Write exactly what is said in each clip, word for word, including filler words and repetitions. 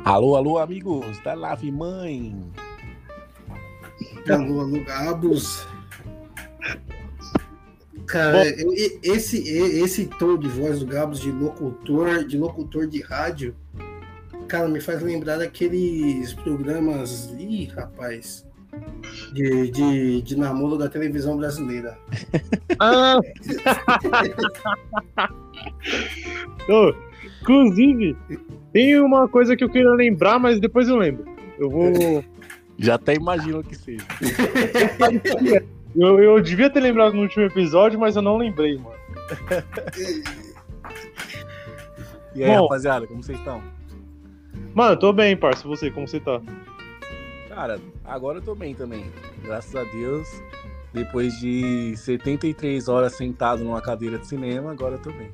Alô, alô, amigos da Lave Mãe. Alô, alô, Gabos. Cara, eu, esse, esse tom de voz do Gabos de locutor, de locutor de rádio, cara, me faz lembrar daqueles programas, ih, rapaz, de, de, de namoro da televisão brasileira. Ah! oh, inclusive, tem uma coisa que eu queria lembrar, mas depois eu lembro. Eu vou... Já até imagino que seja. eu, eu devia ter lembrado no último episódio, mas eu não lembrei, mano. E aí, Bom, rapaziada, como vocês estão? Mano, eu tô bem, parça. Você, como você tá? Cara, agora eu tô bem também. Graças a Deus. Depois de setenta e três horas sentado numa cadeira de cinema, agora eu tô bem.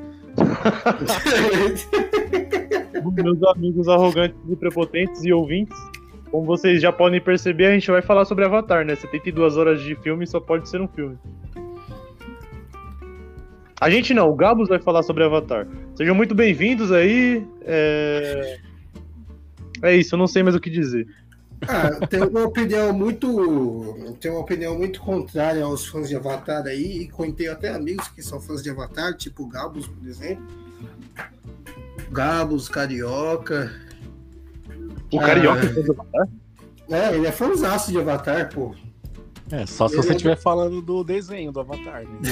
Meus amigos arrogantes e prepotentes e ouvintes, como vocês já podem perceber, a gente vai falar sobre Avatar, né? setenta e duas horas de filme só pode ser um filme. A gente não, o Gabos vai falar sobre Avatar. Sejam muito bem-vindos aí. É... é isso, eu não sei mais o que dizer. Ah, tem uma opinião muito tem uma opinião muito contrária aos fãs de Avatar aí, e contei até amigos que são fãs de Avatar, tipo o Gabos, por exemplo. Gabos, Carioca. O Carioca ah, é fã de Avatar? É, ele é fãzaço de Avatar, pô. É, só se ele você estiver é... falando do desenho do Avatar, né?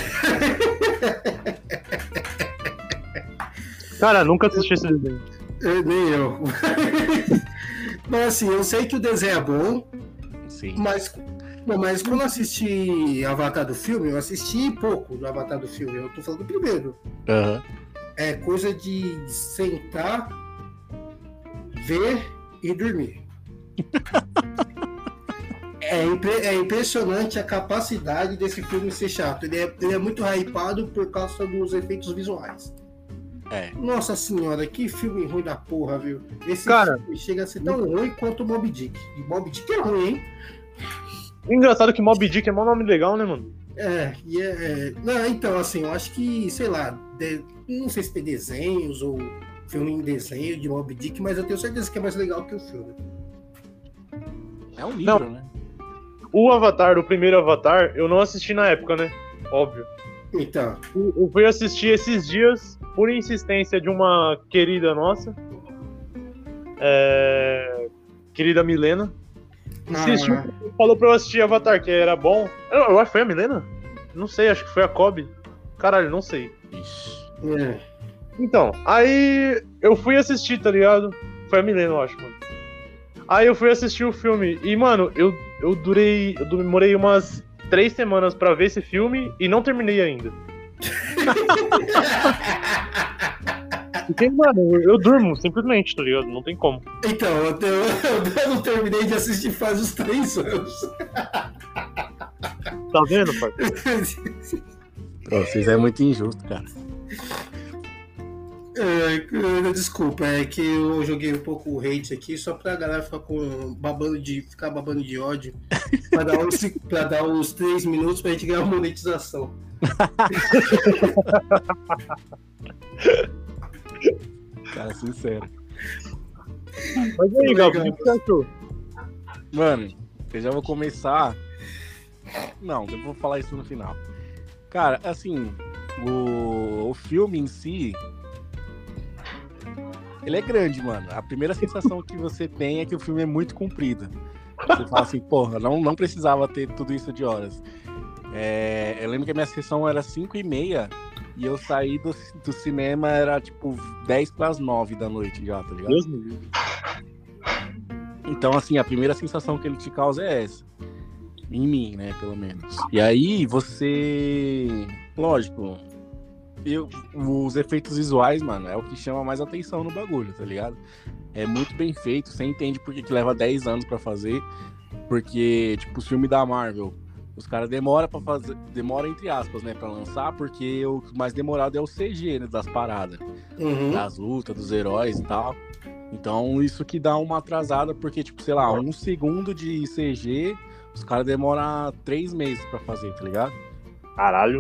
Cara, nunca assisti esse desenho. Eu, nem eu. Mas assim, eu sei que o desenho é bom. Sim. Mas, mas quando eu assisti Avatar do filme, eu assisti pouco do Avatar do filme. Eu tô falando do primeiro. Uhum. É coisa de sentar, ver e dormir. é, impre- é impressionante a capacidade desse filme ser chato. Ele é, ele é muito hypado por causa dos efeitos visuais. É. Nossa senhora, que filme ruim da porra, viu? Esse Cara, filme chega a ser tão ruim quanto o Moby Dick. E Moby Dick é ruim, hein? Engraçado que Moby Dick é um nome legal, né, mano? É, e é, é... Não, então, assim, eu acho que, sei lá, de... não sei se tem desenhos ou filme em desenho de Moby Dick, mas eu tenho certeza que é mais legal que o filme. É um livro, não. né? O Avatar, o primeiro Avatar, eu não assisti na época, né? Óbvio. Então. Eu fui assistir esses dias por insistência de uma querida nossa, é... querida Milena. Insistiu, ah. Falou pra eu assistir Avatar, que era bom. Eu, eu acho que foi a Milena? Não sei, acho que foi a Kobe. Caralho, não sei. É. Então, aí eu fui assistir, tá ligado? Foi a Milena, eu acho, mano. Aí eu fui assistir o filme e, mano, eu, eu durei. Eu demorei umas três semanas pra ver esse filme e não terminei ainda. Porque, mano, eu, eu durmo, simplesmente, tá ligado? Não tem como. Então, eu, eu, eu não terminei de assistir faz uns três anos. Tá vendo, pai? Pô, vocês é muito injusto, cara. É, desculpa, é que eu joguei um pouco o hate aqui só pra galera ficar com babando de, ficar babando de ódio pra dar uns, pra dar uns três minutos pra gente ganhar uma monetização. Cara, sincero. Mas aí, Gabo, o que você achou? Mano, eu já vou começar. Não, eu vou falar isso no final. Cara, assim, o, o filme em si, ele é grande, mano. A primeira sensação que você tem é que o filme é muito comprido. Você fala assim, porra, não, não precisava ter tudo isso de horas. É, eu lembro que a minha sessão era cinco e meia e eu saí do, do cinema, era tipo dez para as nove da noite já, tá ligado? Deus meu Deus. Então, assim, a primeira sensação que ele te causa é essa. Em mim, né, pelo menos. E aí, você... Lógico, eu, os efeitos visuais, mano, é o que chama mais atenção no bagulho, tá ligado? É muito bem feito, você entende por que que leva dez anos pra fazer, porque, tipo, o filme da Marvel, os caras demoram pra fazer, demora entre aspas, né, pra lançar, porque o mais demorado é o C G, né, das paradas, uhum. das lutas, dos heróis e tal. Então, isso que dá uma atrasada, porque, tipo, sei lá, um segundo de C G, os caras demoram três meses pra fazer, tá ligado? Caralho.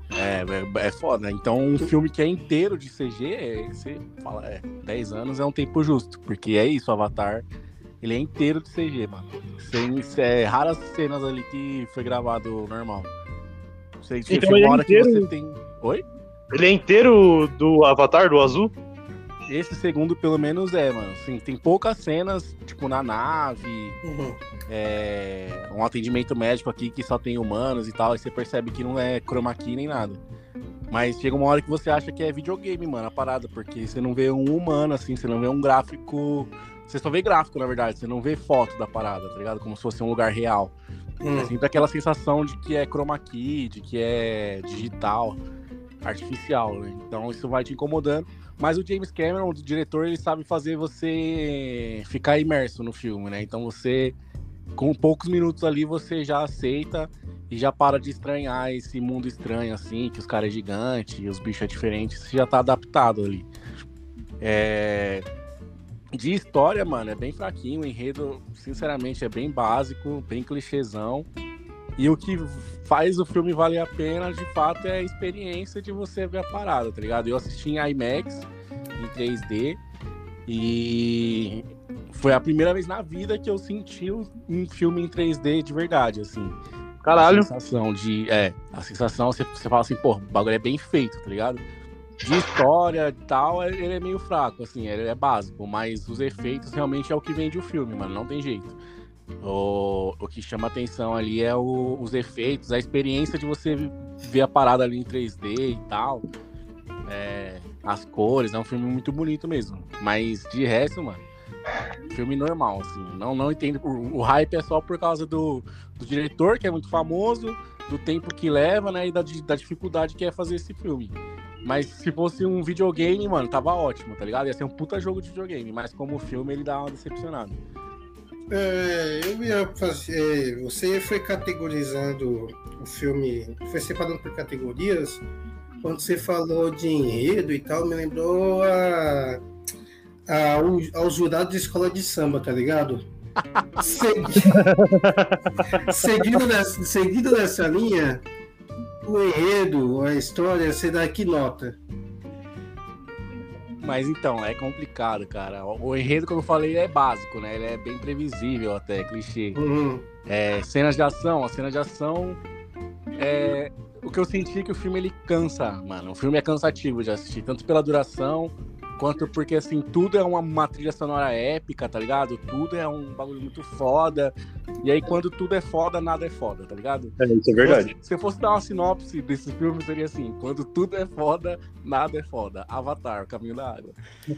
É, é, é foda. Então, um filme que é inteiro de C G, é, você fala, é, dez anos é um tempo justo. Porque é isso, o Avatar, ele é inteiro de C G, mano. Sem, é, raras cenas ali que foi gravado normal. Você, então, ele é hora inteiro... que você tem... Oi? Ele é inteiro do Avatar, do azul? Esse segundo, pelo menos, é, mano. Assim, tem poucas cenas, tipo, na nave, Uhum. é, um atendimento médico aqui que só tem humanos e tal, e você percebe que não é chroma key nem nada. Mas chega uma hora que você acha que é videogame, mano, a parada, porque você não vê um humano, assim, você não vê um gráfico... Você só vê gráfico, na verdade, você não vê foto da parada, tá ligado? Como se fosse um lugar real. Hum. É sempre aquela sensação de que é chroma key, de que é digital, artificial, né? Então isso vai te incomodando. Mas o James Cameron, o diretor, ele sabe fazer você ficar imerso no filme, né? Então você, com poucos minutos ali, você já aceita e já para de estranhar esse mundo estranho, assim, que os caras é gigante, os bichos é diferente, você já tá adaptado ali. É... De história, mano, é bem fraquinho, o enredo, sinceramente, é bem básico, bem clichêzão. E o que faz o filme valer a pena, de fato, é a experiência de você ver a parada, tá ligado? Eu assisti em IMAX, em três D, e foi a primeira vez na vida que eu senti um filme em três D de verdade, assim. Caralho. A sensação de... É, a sensação, você, você fala assim, pô, o bagulho é bem feito, tá ligado? De história e tal, ele é meio fraco, assim, ele é básico, mas os efeitos realmente é o que vende o filme, mano, não tem jeito. O, o que chama atenção ali é o, os efeitos, a experiência de você ver a parada ali em três D e tal, é, as cores, é um filme muito bonito mesmo, mas de resto, mano, filme normal, assim, não, não entendo, o, o hype é só por causa do, do diretor, que é muito famoso, do tempo que leva, né, e da, da dificuldade que é fazer esse filme. Mas se fosse um videogame, mano, tava ótimo, tá ligado? Ia ser um puta jogo de videogame, mas como filme ele dá uma decepcionada. É, eu ia fazer. Você foi categorizando o filme, foi separando por categorias. Quando você falou de enredo e tal, me lembrou a, a, aos jurados de escola de samba, tá ligado? Segui... seguindo, nessa, seguindo nessa linha, o enredo, a história, você dá que nota? Mas então, é complicado, cara. O, o enredo, como eu falei, é básico, né? Ele é bem previsível até, clichê. Uhum. É, cenas de ação, a cena de ação é... O que eu senti é que o filme, ele cansa, mano. O filme é cansativo de assistir, tanto pela duração, quanto porque, assim, tudo é uma, uma trilha sonora épica, tá ligado? Tudo é um bagulho muito foda. E aí, quando tudo é foda, nada é foda, tá ligado? É, isso é verdade. Se eu fosse dar uma sinopse desse filme, seria assim: quando tudo é foda, nada é foda. Avatar, o Caminho da Água.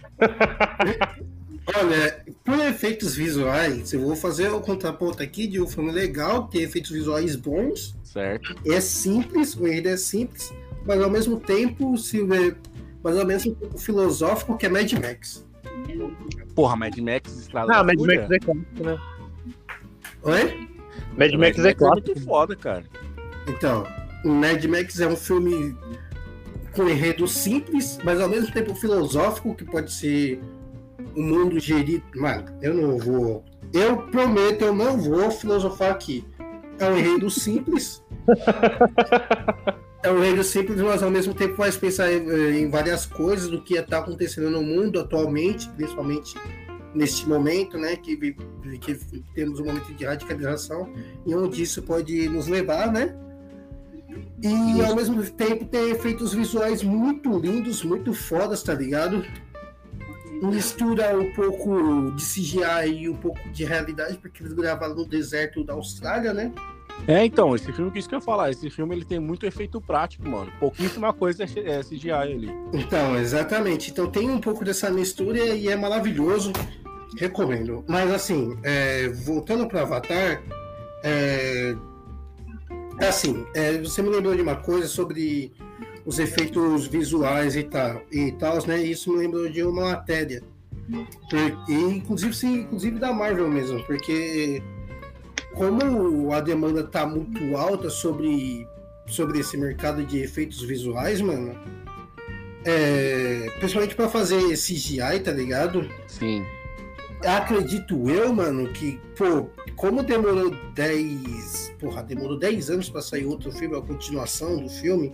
Olha, por efeitos visuais, eu vou fazer o contraponto aqui de um filme legal, tem efeitos visuais bons. Certo. É simples, o enredo é simples, mas ao mesmo tempo se vê, mas ao mesmo tempo filosófico, que é Mad Max. Porra, Mad Max Estrada Ah, da Mad Fúria? Max é clássico, né? Oi? Mad Max é é clássico. muito foda, cara. Então, Mad Max é um filme com enredo simples, mas ao mesmo tempo filosófico, que pode ser um mundo gerido. Mano, eu não vou. Eu prometo, eu não vou filosofar aqui. É um enredo simples. É um enredo simples, mas ao mesmo tempo faz pensar em, em várias coisas do que está acontecendo no mundo atualmente, principalmente neste momento, né? Que, que temos um momento de radicalização e onde isso pode nos levar, né? E ao mesmo tempo tem efeitos visuais muito lindos, muito fodas, tá ligado? Mistura um pouco de C G I e um pouco de realidade, porque eles gravaram no deserto da Austrália, né? É, então, esse filme, que isso que eu ia falar, esse filme ele tem muito efeito prático, mano. Pouquíssima coisa é C G I ali. Então, exatamente. Então tem um pouco dessa mistura e é maravilhoso. Recomendo. Mas assim, é, voltando para Avatar, é, assim, é, você me lembrou de uma coisa sobre os efeitos visuais e tal, e tal, né? Isso me lembrou de uma matéria, e, inclusive, sim, inclusive da Marvel mesmo, porque como a demanda tá muito alta sobre, sobre esse mercado de efeitos visuais, mano, é, principalmente para fazer C G I, tá ligado? Sim. Acredito eu, mano, que, pô, como demorou dez. Porra, demorou dez anos pra sair outro filme, a continuação do filme,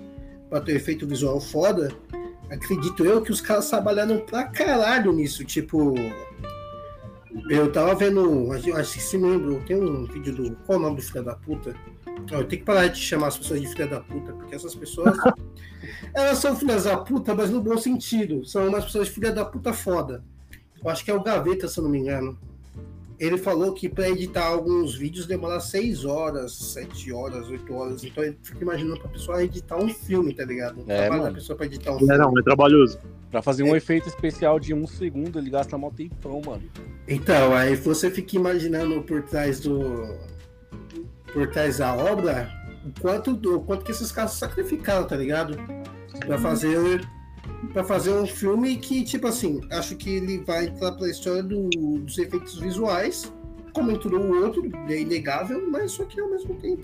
pra ter um efeito visual foda, acredito eu que os caras trabalharam pra caralho nisso. Tipo, eu tava vendo, acho que se me lembro, tem um vídeo do. Qual é o nome do filho da puta? Eu tenho que parar de chamar as pessoas de filha da puta, porque essas pessoas. Elas são filhas da puta, mas no bom sentido. São umas pessoas de filha da puta foda. Eu acho que é o Gaveta, se eu não me engano. Ele falou que para editar alguns vídeos demora seis horas, sete horas, oito horas. Então ele fica imaginando pra pessoa editar um filme, tá ligado? É, Trabalha mano. a pessoa pra editar um filme. É, não, é trabalhoso. Pra fazer um é. efeito especial de um segundo, ele gasta mó tempão, mano. Então, aí você fica imaginando por trás do. Por trás da obra, o quanto, o quanto que esses caras sacrificaram, tá ligado? Pra fazer. Pra fazer um filme que, tipo assim, acho que ele vai entrar pra história do, dos efeitos visuais, como entrou o outro, é inegável, mas só que ao mesmo tempo,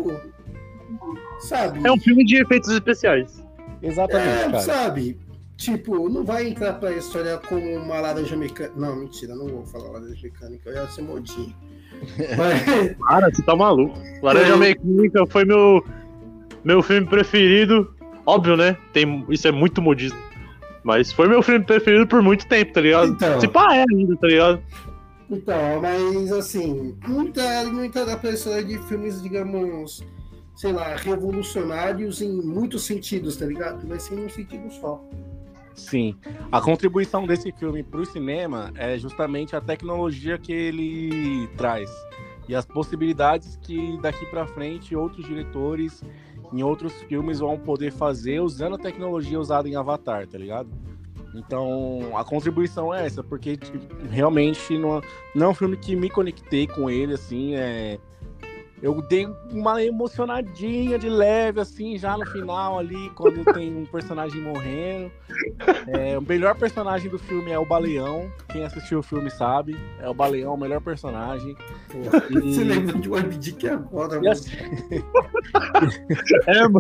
sabe? É um filme de efeitos especiais. Exatamente, é, cara. Sabe? Tipo, não vai entrar pra história como uma laranja mecânica. Não, mentira, não vou falar laranja mecânica, eu ia ser modinho. Mas... Cara, você tá maluco. Laranja Mecânica foi meu, meu filme preferido. Óbvio, né? Tem, isso é muito modismo. Mas foi meu filme preferido por muito tempo, tá ligado? Então, Se pá, é ainda, tá ligado? Então, mas assim, não entra, não entra na história de filmes, digamos, sei lá, revolucionários em muitos sentidos, tá ligado? Vai ser em um sentido só. Sim. A contribuição desse filme pro cinema é justamente a tecnologia que ele traz. E as possibilidades que daqui pra frente outros diretores em outros filmes vão poder fazer usando a tecnologia usada em Avatar, tá ligado? Então, a contribuição é essa, porque tipo, realmente não, não é um filme que me conectei com ele, assim, é... Eu dei uma emocionadinha de leve, assim, já no final ali, quando tem um personagem morrendo. É, o melhor personagem do filme é o Baleão. Quem assistiu o filme sabe. É o Baleão, o melhor personagem. E... Você lembra de Moby Dick agora, mano? Assim... é, mano.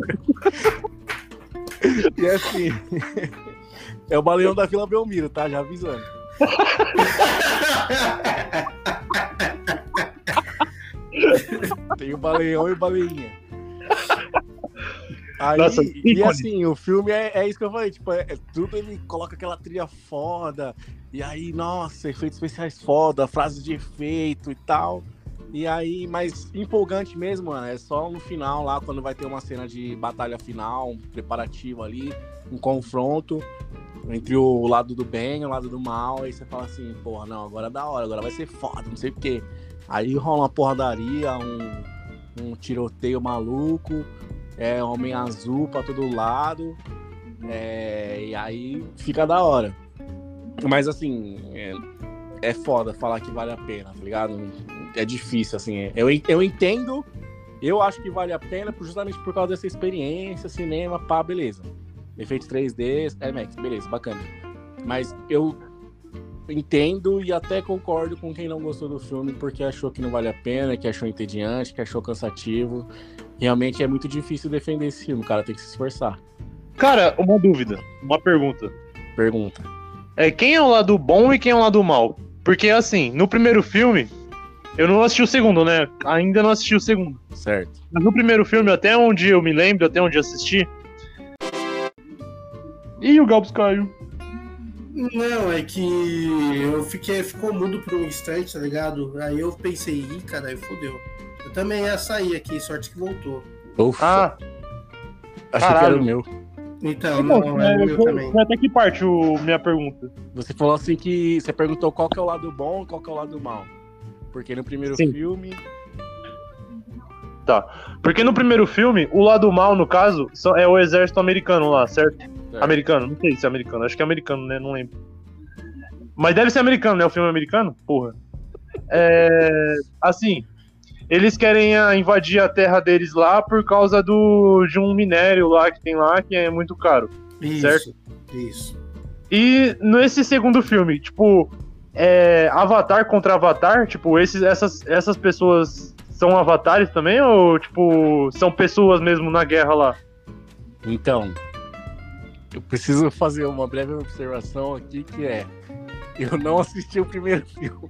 E assim... É o Baleão da Vila Belmiro, tá? Já avisando. Tem o Baleão e o Baleinha. Aí, Nossa, e assim, o filme é, é isso que eu falei, tipo, é, é tudo, ele coloca aquela trilha foda, e aí, nossa, efeitos especiais foda, frases de efeito e tal. E aí, mas empolgante mesmo, mano, é só no final lá, quando vai ter uma cena de batalha final, um preparativo ali, um confronto entre o lado do bem e o lado do mal, aí você fala assim, porra, não, agora é da hora, agora vai ser foda, não sei o quê. Aí rola uma porradaria, um, um tiroteio maluco, é homem azul pra todo lado, é, e aí fica da hora. Mas assim, é, é foda falar que vale a pena, tá ligado? É difícil, assim, eu, eu entendo, eu acho que vale a pena justamente por causa dessa experiência, cinema, pá, beleza. Efeitos três D, IMAX, beleza, bacana. Mas eu... entendo e até concordo com quem não gostou do filme porque achou que não vale a pena, que achou entediante, que achou cansativo. Realmente é muito difícil defender esse filme, o cara tem que se esforçar. Cara, uma dúvida, uma pergunta. Pergunta. É, quem é o lado bom e quem é o lado mal? Porque assim, no primeiro filme, eu não assisti o segundo, né? Ainda não assisti o segundo. Certo. Mas no primeiro filme, até onde eu me lembro, até onde eu assisti... Ih, o Galbs caiu. Não, é que eu fiquei, ficou mudo por um instante, tá ligado? Aí eu pensei, ih, caralho, fodeu. Eu também ia sair aqui, sorte que voltou. Ufa. Ah, achei caralho. que era o meu. Então, que não, bom, é né? o meu Foi- também. foi até que parte o minha pergunta? Você falou assim que você perguntou qual que é o lado bom e qual que é o lado mal. Porque no primeiro Sim. filme... Tá. Porque no primeiro filme, o lado mal, no caso, só- é o exército americano lá, certo? Certo. Americano, não sei se é americano, acho que é americano, né? Não lembro. Mas deve ser americano, né? O filme é americano? Porra. É. Assim, eles querem ah, invadir a terra deles lá por causa do, de um minério lá que tem lá, que é muito caro. Isso, certo? isso. E nesse segundo filme, tipo, é, Avatar contra Avatar, tipo, esses, essas, essas pessoas são avatares também? Ou, tipo, são pessoas mesmo na guerra lá? Então, eu preciso fazer uma breve observação aqui, que é... Eu não assisti o primeiro filme.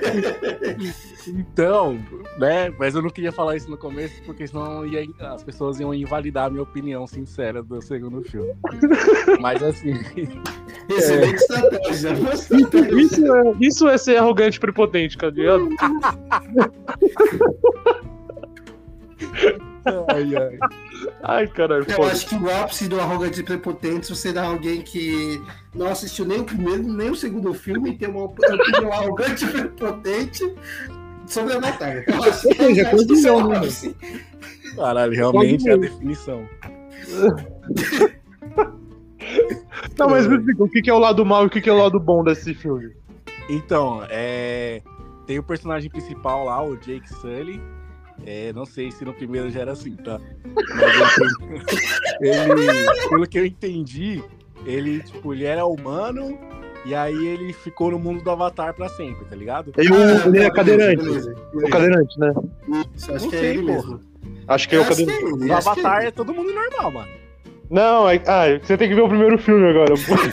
Então, né? Mas eu não queria falar isso no começo, porque senão ia, as pessoas iam invalidar a minha opinião sincera do segundo filme. Mas assim. Excelente estratégia. Isso é, isso é ser arrogante e prepotente, tá ligado? Ai, ai. Ai, caralho, Eu foda. acho que o ápice do arrogante e prepotente você dá alguém que não assistiu nem o primeiro, nem o segundo filme e tem uma opinião arrogante e prepotente sobre a Avatar. Eu acho que seja, eu acho que isso é o conclusão, né? ápice. Caralho, realmente é a definição. Não, mas me explica, o que que é o lado mal e o que que é o lado bom desse filme? Então, é... tem o personagem principal lá, o Jake Sully. É, não sei se no primeiro já era assim, tá? Mas ele, ele, pelo que eu entendi, ele, tipo, ele era humano e aí ele ficou no mundo do Avatar pra sempre, tá ligado? Ele, Ah, ele é tá, cadeirante. beleza, É o cadeirante, né? Isso, acho Não que é sei, ele porra. mesmo. Acho que é o Acho que cadeirante. é ele, No acho que é Avatar ele. é todo mundo normal, mano. Não, é... ah, você tem que ver o primeiro filme agora.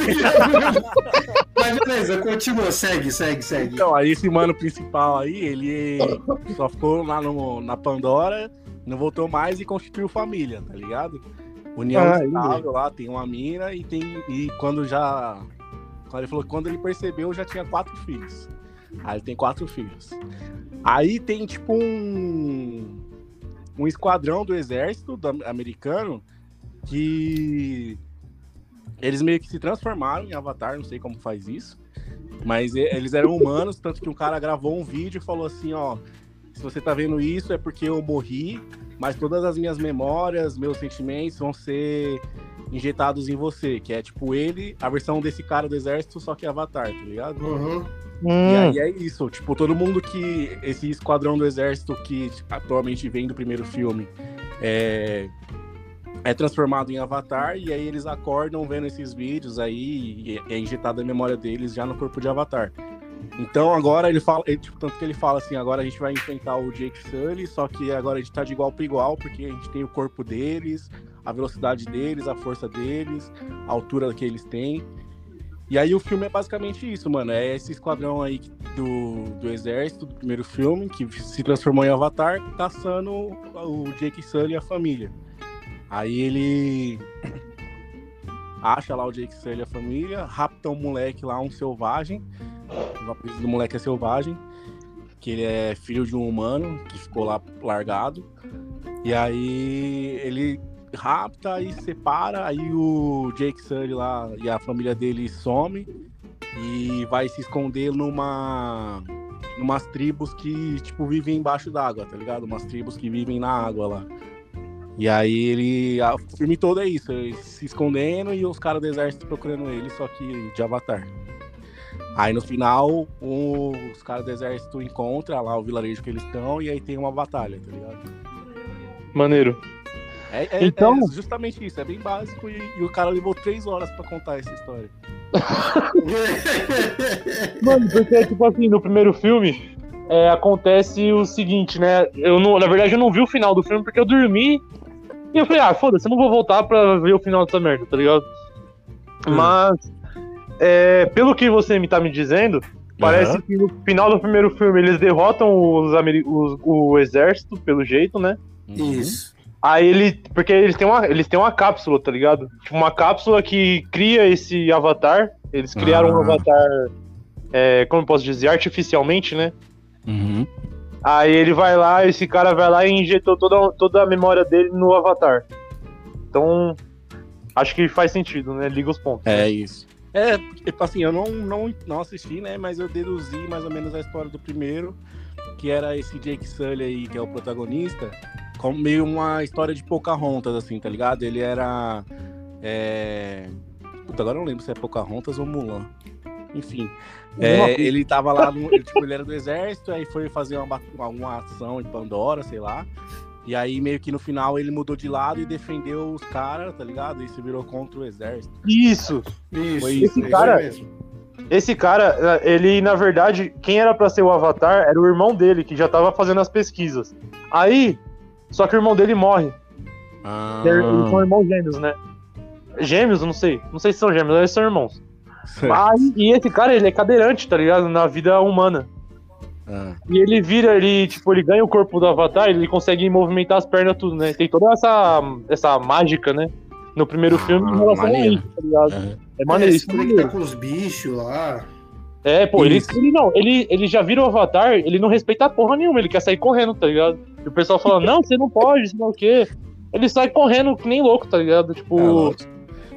Mas beleza, continua, segue, segue, segue. Então, aí esse mano principal aí, ele só ficou lá no, na Pandora, não voltou mais e constituiu família, tá ligado? União Ah, estável lá, tem uma mina e tem. E quando já. Quando ele falou que quando ele percebeu, já tinha quatro filhos. Aí ele tem quatro filhos. Aí tem tipo um. Um esquadrão do exército do, americano que. Eles meio que se transformaram em Avatar, não sei como faz isso. Mas eles eram humanos, tanto que um cara gravou um vídeo e falou assim, ó, se você tá vendo isso é porque eu morri, mas todas as minhas memórias, meus sentimentos vão ser injetados em você, que é tipo ele, a versão desse cara do exército, só que Avatar, tá ligado? Uhum. E Hum, aí é isso, tipo, todo mundo que, esse esquadrão do exército que atualmente vem do primeiro filme, é... é transformado em Avatar, e aí eles acordam vendo esses vídeos aí, e é injetada a memória deles já no corpo de Avatar. Então agora ele fala, ele, tipo, tanto que ele fala assim, agora a gente vai enfrentar o Jake Sully, só que agora a gente tá de igual para igual, porque a gente tem o corpo deles, a velocidade deles, a força deles, a altura que eles têm. E aí o filme é basicamente isso, mano, é esse esquadrão aí do, do exército, do primeiro filme, que se transformou em Avatar, caçando o Jake Sully e a família. Aí ele acha lá o Jake Sully e a família, rapta um moleque lá, um selvagem. O apelido do moleque é selvagem, que ele é filho de um humano que ficou lá largado. E aí ele rapta e separa, aí o Jake Sully lá e a família dele some e vai se esconder numa numas tribos que tipo vivem embaixo d'água, tá ligado? Umas tribos que vivem na água lá. E aí ele. O filme todo é isso, ele se escondendo e os caras do exército procurando ele, só que de Avatar. Aí no final, o- os caras do exército encontram lá o vilarejo que eles estão e aí tem uma batalha, tá ligado? maneiro. É, é- Então- é justamente isso, é bem básico e, e o cara levou três horas pra contar essa história. Mano, porque, tipo assim, no primeiro filme, é, acontece o seguinte, né? Eu não, na verdade, eu não vi o final do filme porque eu dormi. E eu falei, ah, foda-se, eu não vou voltar pra ver o final dessa merda, tá ligado? Mas, é, pelo que você me tá me dizendo, parece Aham. que no final do primeiro filme eles derrotam os, ameri- os- o exército, pelo jeito, né? Isso. Aí ele. Porque eles têm uma, eles têm uma cápsula, tá ligado? Tipo, uma cápsula que cria esse avatar. Eles criaram um Ah. avatar, é, como eu posso dizer, artificialmente, né? Uhum. Aí ele vai lá, esse cara vai lá e injetou toda, toda a memória dele no avatar. Então, acho que faz sentido, né? Liga os pontos. É isso. É, tipo assim, eu não, não, não assisti, né? Mas eu deduzi mais ou menos a história do primeiro, que era esse Jake Sully aí, que é o protagonista, como meio uma história de Pocahontas, assim, tá ligado? Ele era. É... Puta, agora eu não lembro se é Pocahontas ou Mulan. Enfim. É, ele tava lá, no, ele, tipo, ele era do exército, aí foi fazer uma, ba- uma ação em Pandora, sei lá. E aí, meio que no final, ele mudou de lado e defendeu os caras, tá ligado? E se virou contra o exército. Isso! Isso. Foi Esse isso, cara- mesmo. Esse cara, ele, na verdade, quem era pra ser o avatar era o irmão dele, que já tava fazendo as pesquisas. Aí, só que o irmão dele morre. Ah, Eles são irmãos gêmeos, né? Gêmeos, eu não sei. Não sei se são gêmeos, eles são irmãos. certo. Aí, e esse cara, ele é cadeirante, tá ligado? Na vida humana. Ah. E ele vira, ele, tipo, ele ganha o corpo do Avatar, ele consegue movimentar as pernas tudo, né? Tem toda essa, essa mágica, né? No primeiro Ah, filme em relação maneiro. a isso, tá ligado? Aham. É maneiro, É, isso se é conectar maneiro. com os bichos lá. É, pô, ele, Isso. ele não, ele, ele já vira o Avatar, ele não respeita porra nenhuma, ele quer sair correndo, tá ligado? E o pessoal fala, não, você não pode, sei lá o quê. Ele sai correndo que nem louco, tá ligado? Tipo, É, lógico.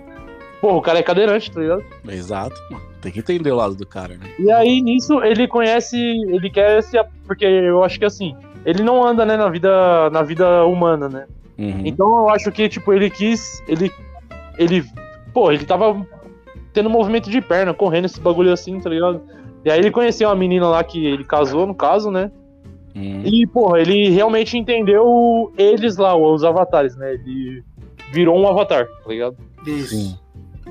pô, o cara é cadeirante, tá ligado? Exato, mano. Tem que entender o lado do cara, né? E aí, nisso, ele conhece, ele quer se... Porque eu acho que, assim, ele não anda, né, na vida, na vida humana, né? Uhum. Então eu acho que, tipo, ele quis, ele, ele, pô, ele tava tendo movimento de perna, correndo esse bagulho assim, tá ligado? E aí ele conheceu uma menina lá que ele casou, no caso, né? Uhum. E, porra, ele realmente entendeu eles lá, os avatares, né? Ele virou um avatar, tá ligado? Isso. Sim.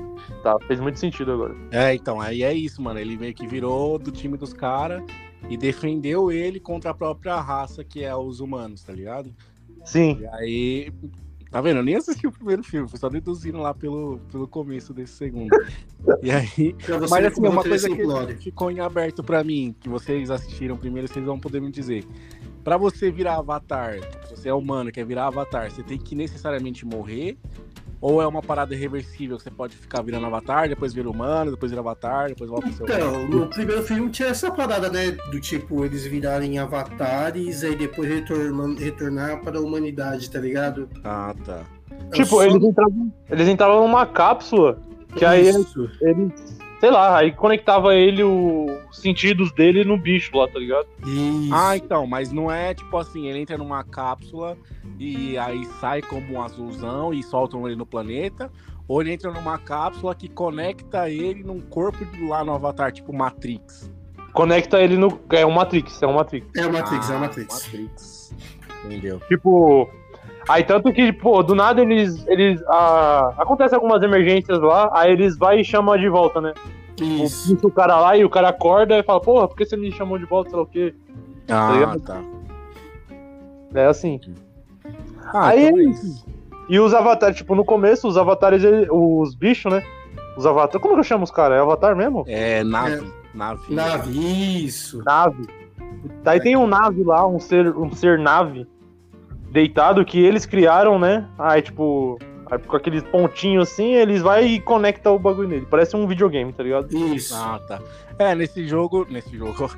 Tá, fez muito sentido agora. É, então, aí é isso, mano. Ele meio que virou do time dos caras e defendeu ele contra a própria raça, que é os humanos, tá ligado? Sim. E aí, tá vendo? Eu nem assisti o primeiro filme, fui só deduzindo lá pelo, pelo começo desse segundo. E aí, Pra você mas ver assim, como uma o roteiro coisa é simplório. que ficou em aberto pra mim, que vocês assistiram primeiro, vocês vão poder me dizer. Pra você virar avatar, se você é humano, quer virar avatar, você tem que necessariamente morrer? Ou é uma parada irreversível, que você pode ficar virando avatar, depois vira humano, depois vira avatar, depois volta pro seu... Então, no primeiro filme tinha essa parada, né? Do tipo, eles virarem avatares e depois retornar, retornar para a humanidade, tá ligado? Ah, tá. Tipo, Só- eles entravam, eles entravam numa cápsula, que aí eles, Isso. eles, sei lá, aí conectava ele, o- os sentidos dele no bicho lá, tá ligado? Isso. Ah, então, mas não é tipo assim, ele entra numa cápsula e aí sai como um azulzão e soltam ele no planeta, ou ele entra numa cápsula que conecta ele num corpo de lá no Avatar, tipo Matrix. Conecta ele no. É um Matrix, é um Matrix. É o Matrix, é Ah, o Matrix. Matrix. Entendeu? Tipo. Aí tanto que, pô, do nada eles. eles ah, acontece algumas emergências lá, aí eles vai e chamam de volta, né? Isso. O, o cara lá e o cara acorda e fala, porra, por que você me chamou de volta, sei lá o quê? Ah, ligado? tá. É assim. Ah, Aí então é é isso. isso. E os avatares, tipo, no começo, os avatares, ele- os bichos, né? Os avatares. Como que eu chamo os caras? É avatar mesmo? É nave. Nave. Nave, isso. Nave. Daí tem um nave lá, um ser, um ser nave deitado que eles criaram, né? Aí, tipo, aí, com aqueles pontinhos assim, eles vai e conectam o bagulho nele. Parece um videogame, tá ligado? Isso. Ah, tá. É, nesse jogo. Nesse jogo.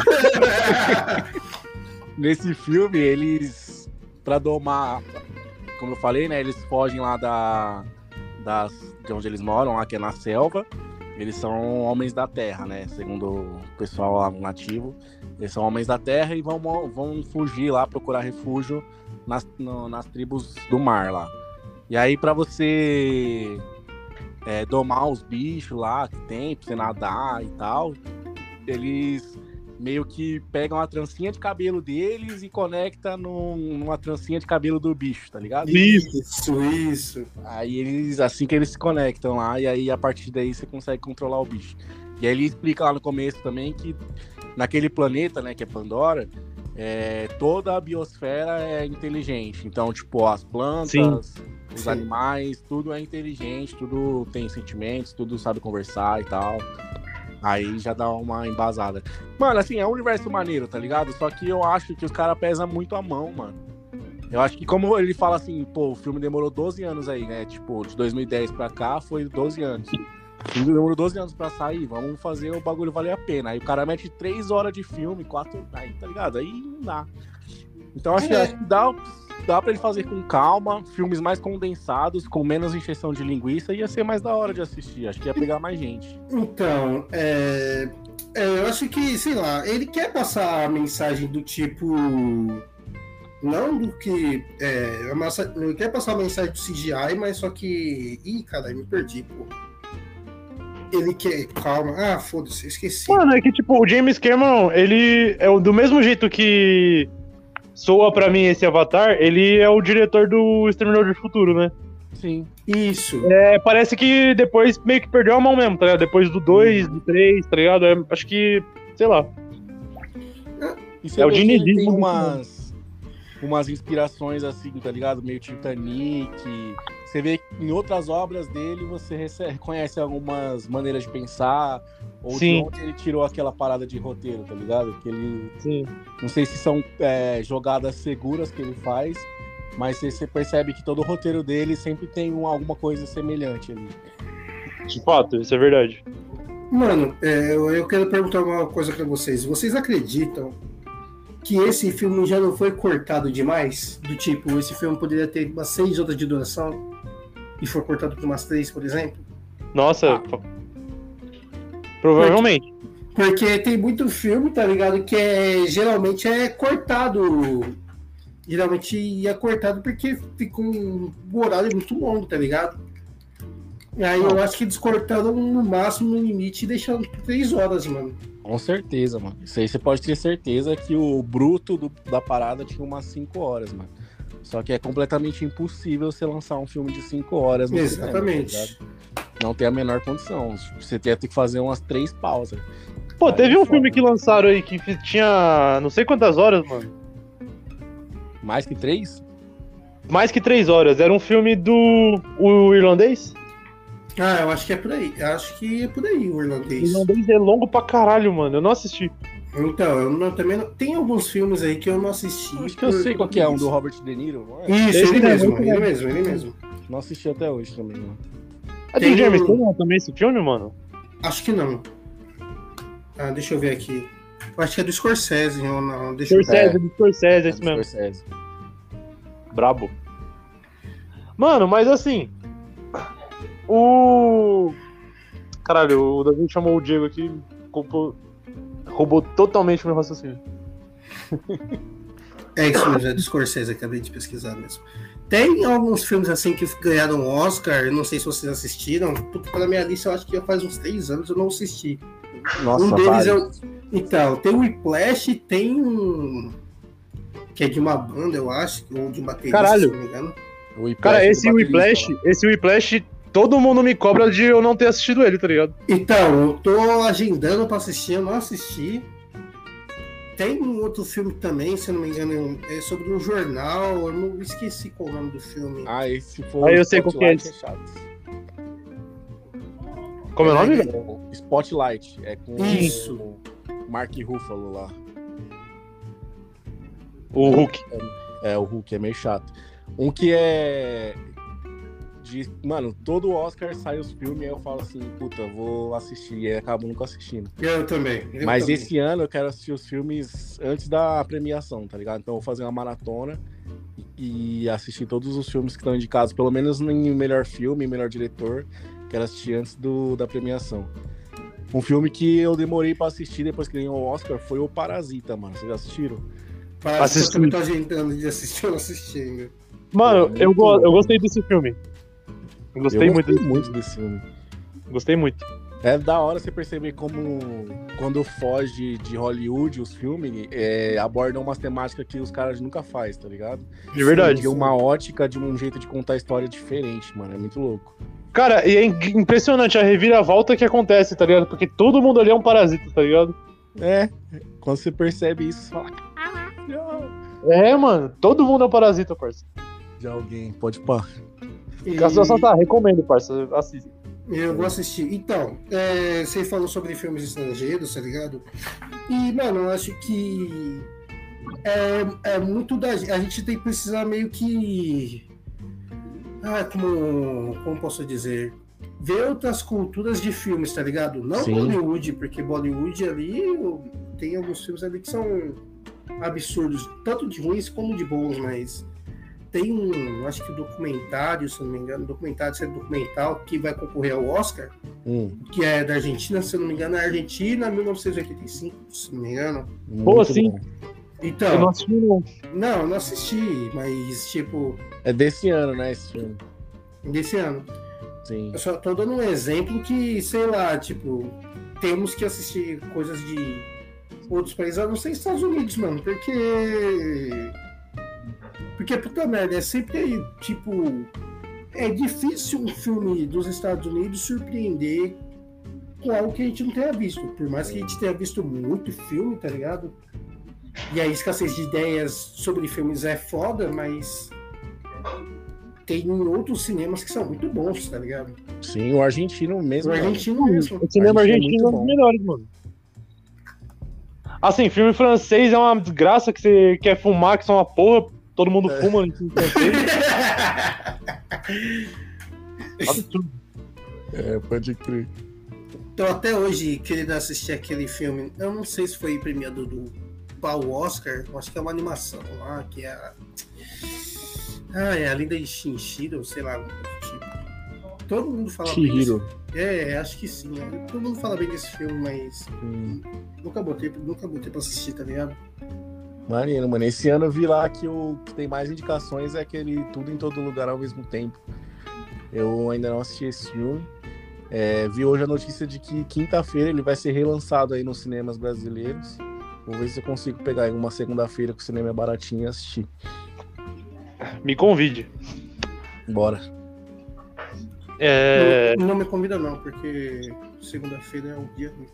Nesse filme, eles. Pra domar. Como eu falei, né? Eles fogem lá da. Das, de onde eles moram, lá que é na selva. Eles são homens da terra, né? Segundo o pessoal lá nativo. Eles são homens da terra e vão, vão fugir lá, procurar refúgio nas, no- nas tribos do mar lá. E aí, pra você é, domar os bichos lá que tem, pra você nadar e tal, eles meio que pegam a trancinha de cabelo deles e conectam num- numa trancinha de cabelo do bicho, tá ligado? Isso, isso. Aí eles, assim que eles se conectam lá, e aí a partir daí você consegue controlar o bicho. E aí ele explica lá no começo também que naquele planeta, né, que é Pandora, é, toda a biosfera é inteligente. Então, tipo, as plantas, Sim. os Sim. animais, tudo é inteligente, tudo tem sentimentos, tudo sabe conversar e tal. Aí já dá uma embasada. Mano, assim, é um universo maneiro, tá ligado? Só que eu acho que os caras pesam muito a mão, mano. Eu acho que como ele fala assim, pô, o filme demorou doze anos aí, né? Tipo, de dois mil e dez pra cá foi doze anos. O filme demorou doze anos pra sair, vamos fazer o bagulho valer a pena. Aí o cara mete três horas de filme, quatro, aí, tá ligado? Aí não dá. Então acho, que- É. acho que dá, dá pra ele fazer com calma, filmes mais condensados, com menos encheção de linguiça, ia ser mais da hora de assistir. Acho que ia pegar mais gente. Então, é, é, eu acho que, sei lá, ele quer passar a mensagem do tipo. Não do que. É, a massa- ele quer passar a mensagem do C G I, mas só que. Ih, caralho, me perdi, pô. Ele quer. Calma. Ah, foda-se, eu esqueci. Mano, é que, tipo, o James Cameron, ele é o- do mesmo jeito que soa pra mim esse Avatar, ele é o diretor do Exterminador do Futuro, né? Sim. Isso. É, parece que depois meio que perdeu a mão mesmo, tá ligado? Depois do dois, do três, tá ligado? É, acho que, sei lá. E você É o vê que ele dinizismo tem do umas. umas inspirações assim, tá ligado? Meio Titanic. Você vê que em outras obras dele você recebe, reconhece algumas maneiras de pensar, ou Sim. de onde ele tirou aquela parada de roteiro, tá ligado? Que ele, Sim. não sei se são é, jogadas seguras que ele faz, mas você percebe que todo o roteiro dele sempre tem um, alguma coisa semelhante ali. De fato, isso é verdade. Mano, é, eu, eu quero perguntar uma coisa pra vocês. Vocês acreditam que esse filme já não foi cortado demais? Do tipo, esse filme poderia ter umas seis horas de duração e foi cortado por umas três, por exemplo? Nossa, Ah. fa- provavelmente. Porque tem muito filme, tá ligado? Que é, geralmente é cortado. Geralmente é cortado porque fica um horário muito longo, tá ligado? Aí eu acho que eles cortaram no máximo, no limite, e deixaram três horas, mano. Com certeza, mano. Isso aí você pode ter certeza que o bruto do- da parada tinha umas cinco horas, mano. Só que é completamente impossível você lançar um filme de cinco horas no cinema, tá Exatamente. ligado? Não tem a menor condição. Você tem que fazer umas três pausas. Pô, Aí teve é um foda. filme que lançaram aí que fi- tinha não sei quantas horas, mano. Mais que três? Mais que três horas. Era um filme do o irlandês. Ah, eu acho que é por aí. Eu acho que é por aí o O irlandês. irlandês é longo pra caralho, mano. Eu não assisti. Então, eu não, também não... Tem alguns filmes aí que eu não assisti. Acho que eu por- sei qual por que é, um isso. do Robert De Niro. Não, é? Isso, Esse ele mesmo, mesmo, esse ele mesmo. mesmo, ele mesmo. Não assisti até hoje também, mano. É Tem do James um- Cameron também esse filme, mano? Acho que não. Ah, deixa eu ver aqui. Eu acho que é do Scorsese ou não. Deixa eu ver. Scorsese, do Scorsese, é É isso do mesmo. Scorsese. Brabo. Mano, mas assim. O. Caralho, o Davi chamou o Diego aqui. Roubou, roubou totalmente o meu raciocínio. É isso mesmo, é do Scorsese, acabei de pesquisar mesmo. Tem alguns filmes assim que ganharam Oscar, eu não sei se vocês assistiram. Puta, pela minha lista, eu acho que já faz uns três anos eu não assisti. Nossa, Um deles é vários. o... Então, tem o Whiplash, tem um... que é de uma banda, eu acho, ou de um baterista, Caralho. se não me engano. O Whiplash Cara, é do esse baterista, Whiplash, mano. esse Whiplash, todo mundo me cobra de eu não ter assistido ele, tá ligado? Então, eu tô agendando pra assistir, eu não assisti. Tem um outro filme também, se eu não me engano, é sobre um jornal, eu não esqueci qual é o nome do filme. Ah, esse for Ah, eu sei qual que é Spotlight esse. chato. Como é o nome, É, velho? O Spotlight, é com Isso. o Mark Ruffalo lá. O Hulk. É, o Hulk é meio chato. Um que é. De... Mano, todo Oscar sai os filmes e eu falo assim, puta, eu vou assistir. E aí acabo nunca assistindo. Eu também. eu Mas também. esse ano eu quero assistir os filmes antes da premiação, tá ligado? Então eu vou fazer uma maratona e assistir todos os filmes que estão indicados, pelo menos em melhor filme, melhor diretor. Quero assistir antes do, da premiação. Um filme que eu demorei pra assistir depois que ganhou o Oscar foi o Parasita, mano. Vocês já assistiram? Parece que eu Assisti. também tô agendando de assistir, eu não assisti ainda. Mano, Pô, eu, muito go- bom. eu gostei desse filme. Eu gostei eu muito gostei desse muito desse filme. Gostei muito. É da hora você perceber como, quando foge de Hollywood, os filmes é, abordam umas temáticas que os caras nunca fazem, tá ligado? De verdade. De uma ótica, de um jeito de contar a história diferente, mano. É muito louco. Cara, e é in- impressionante a reviravolta que acontece, tá ligado? Porque todo mundo ali é um parasita, tá ligado? É, quando você percebe isso, você fala, caralho, É, mano, todo mundo é um parasita, parça. de alguém, pode pá. E... Só, só tá, recomendo, parça, assista. Eu vou assistir. Então, é, você falou sobre filmes estrangeiros, tá ligado? E, mano, eu acho que é, é muito da a gente tem que precisar meio que. Ah, como, como posso dizer? Ver outras culturas de filmes, tá ligado? Não Sim. Bollywood, porque Bollywood ali tem alguns filmes ali que são absurdos, tanto de ruins como de bons, mas tem um, acho que documentário, se eu não me engano, documentário, se é documental, que vai concorrer ao Oscar, Hum, que é da Argentina, se eu não me engano, é Argentina, mil novecentos e oitenta e cinco, se não me engano. Pô, muito sim. bom. Então, Eu não assisti, não. não, eu não assisti, mas, tipo, É desse ano, né, esse filme. desse ano. Sim. Eu só tô dando um exemplo que, sei lá, tipo, temos que assistir coisas de outros países, a não ser Estados Unidos, mano, porque... Porque, puta merda, é sempre, tipo... É difícil um filme dos Estados Unidos surpreender com algo que a gente não tenha visto. Por mais que a gente tenha visto muito filme, tá ligado? E a escassez de ideias sobre filmes é foda, mas tem outros cinemas que são muito bons, tá ligado? Sim, o argentino mesmo. O mano. argentino mesmo. O cinema Argentino é argentino é muito um dos bom. melhores, mano. Assim, filme francês é uma desgraça que você quer fumar, que são uma porra, todo mundo fuma em filme francês. Absurdo. É, pode crer. Tô até hoje querendo assistir aquele filme. Eu não sei se foi premiado do Pau Oscar. Acho que é uma animação lá, que é a. Ah, é a Linda de Shinshiro, sei lá. Tipo. Todo mundo fala bem. Chihiro. Desse... É, acho que sim. Né? Todo mundo fala bem desse filme, mas. Hum. Nunca botei, nunca botei pra assistir, tá ligado? Maneiro, mano. Esse ano eu vi lá que o que tem mais indicações é aquele Tudo em Todo Lugar ao Mesmo Tempo. Eu ainda não assisti esse filme. É, vi hoje a notícia de que quinta-feira ele vai ser relançado aí nos cinemas brasileiros. Vou ver se eu consigo pegar aí uma segunda-feira que o cinema é baratinho e assistir. Me convide. Bora. É... Não, não me convida não, porque segunda-feira é um dia ruim.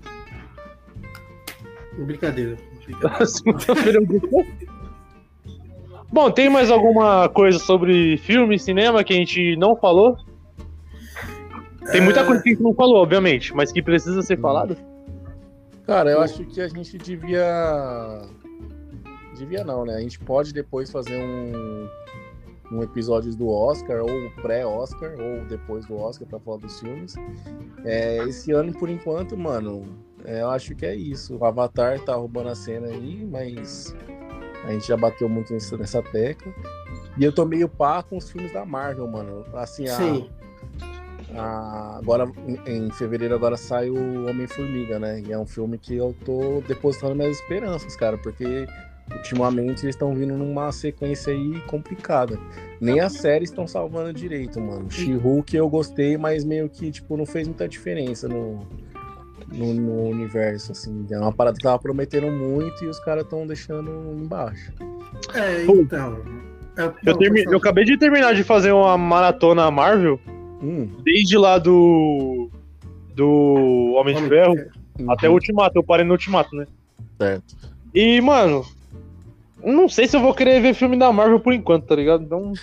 Brincadeira. brincadeira. Segunda-feira é um dia. Bom, tem mais alguma coisa sobre filme, cinema que a gente não falou? Tem muita coisa que a gente não falou, obviamente, mas que precisa ser falado. Cara, eu acho que a gente devia. Devia não, né? A gente pode depois fazer um, um episódio do Oscar, ou pré-Oscar, ou depois do Oscar, pra falar dos filmes. É, esse ano, por enquanto, mano, é, eu acho que é isso. O Avatar tá roubando a cena aí, mas a gente já bateu muito nessa, nessa tecla. E eu tô meio pá com os filmes da Marvel, mano. Assim, a. Sim. Ah, agora, em fevereiro, agora sai o Homem-Formiga, né? E é um filme que eu tô depositando minhas esperanças, cara, porque ultimamente eles estão vindo numa sequência aí complicada. Nem as séries estão salvando direito, mano. She-Hulk eu gostei, mas meio que, tipo, não fez muita diferença no, no, no universo, assim. É uma parada que tava prometendo muito e os caras estão deixando embaixo. É, então. Eu, Eu, termi... eu acabei de terminar de fazer uma maratona Marvel. Hum. Desde lá do. Do Homem de Ferro Uhum. até o Ultimato. Eu parei no Ultimato, né? Certo. E, mano, não sei se eu vou querer ver filme da Marvel por enquanto, tá ligado? Então.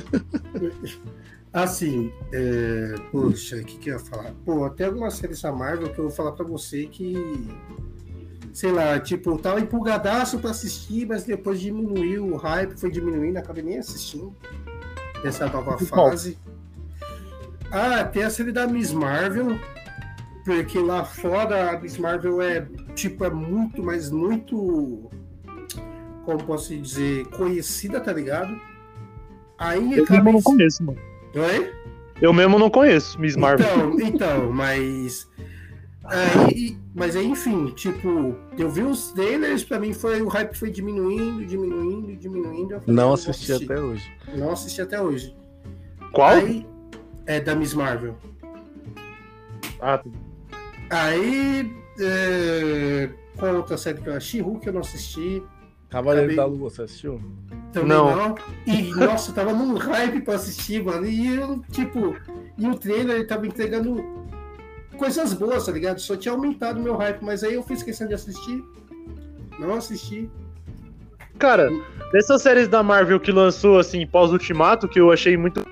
Assim, é... poxa, o que, que eu ia falar? Pô, tem algumas séries da Marvel que eu vou falar pra você que. Sei lá, tipo, eu tava empolgadaço pra assistir, mas depois diminuiu o hype, foi diminuindo, acabei nem assistindo dessa nova fase. Ah, tem a série da Miss Marvel, porque lá fora a Miss Marvel é, tipo, é muito, mas muito, como posso dizer, conhecida, tá ligado? Aí Eu mesmo não conheço, mano. Oi? Eu mesmo não conheço Miss Marvel. Então, então, mas... Aí, mas aí, enfim, tipo, eu vi os trailers, pra mim foi, o hype foi diminuindo, diminuindo, diminuindo. Eu falei, Não eu assisti vou assistir. até hoje. Não assisti até hoje. Qual? Aí, é da Miss Marvel. Ah, tá. Aí, é... qual outra série que eu assisti? Hulk eu não assisti. Cavaleiro Acabei- da Lua, você assistiu? Também Não. não. E, nossa, eu tava num hype pra assistir, mano. E eu, tipo, e o trailer ele tava entregando coisas boas, tá ligado? Só tinha aumentado o meu hype, mas aí eu fiz questão de assistir. Não assisti. Cara, dessas séries da Marvel que lançou, assim, pós-Ultimato, que eu achei muito.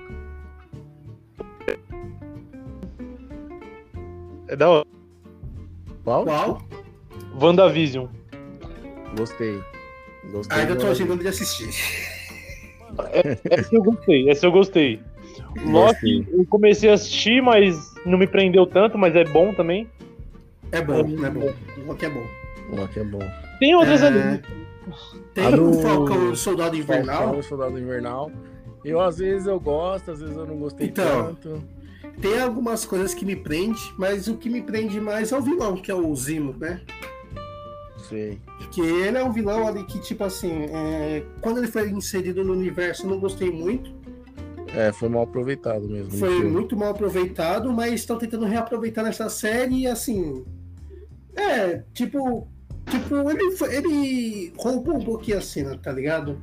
É da hora. Qual? Qual? WandaVision. Gostei. Gostei. Ainda tô do- agendando de assistir. Essa eu gostei, essa eu gostei. Loki, eu comecei a assistir, mas não me prendeu tanto, mas é bom também. É bom, é bom. O Rock é bom. Uma que é bom. Tem outras É, ali. Tem A o do- Falcão, o Soldado Invernal. Falcão, o Soldado Invernal. Eu, às vezes, eu gosto, às vezes eu não gostei Então. tanto. Tem algumas coisas que me prende, mas o que me prende mais é o vilão, que é o Zimo, né? Sei. Que ele é um vilão ali que, tipo assim, é, quando ele foi inserido no universo, eu não gostei muito. É, foi mal aproveitado mesmo. no Foi filme. muito mal aproveitado, mas estão tentando reaproveitar nessa série e, assim... É, tipo... Tipo, ele, foi- ele roubou um pouquinho a cena, tá ligado?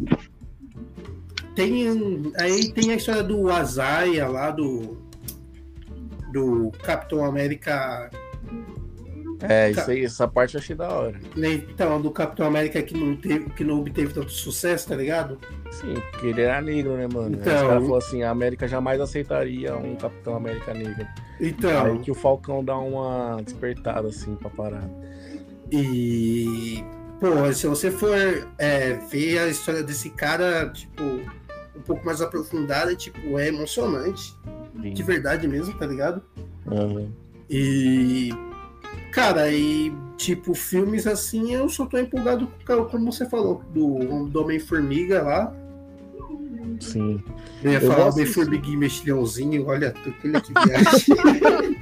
Tem... um- Aí tem a história do Azaia lá, do... Do Capitão América... É, isso aí, essa parte eu achei da hora. Então, do Capitão América que não, teve, que não obteve tanto sucesso, tá ligado? Sim, porque ele era negro, né, mano? Então, aí os caras falaram assim, a América jamais aceitaria um Capitão América negro. Então. Aí que o Falcão dá uma despertada, assim, pra parar. E... Pô, se você for é, ver a história desse cara, tipo, um pouco mais aprofundada, tipo, é emocionante. Sim. De verdade mesmo, tá ligado? Uhum. E... Cara, e tipo, filmes assim, eu só tô empolgado, como você falou, do, do Homem-Formiga lá. Sim. Eu ia Eu falar gosto Homem-Formiguinho e Mexilhãozinho, olha, tu, olha que viagem.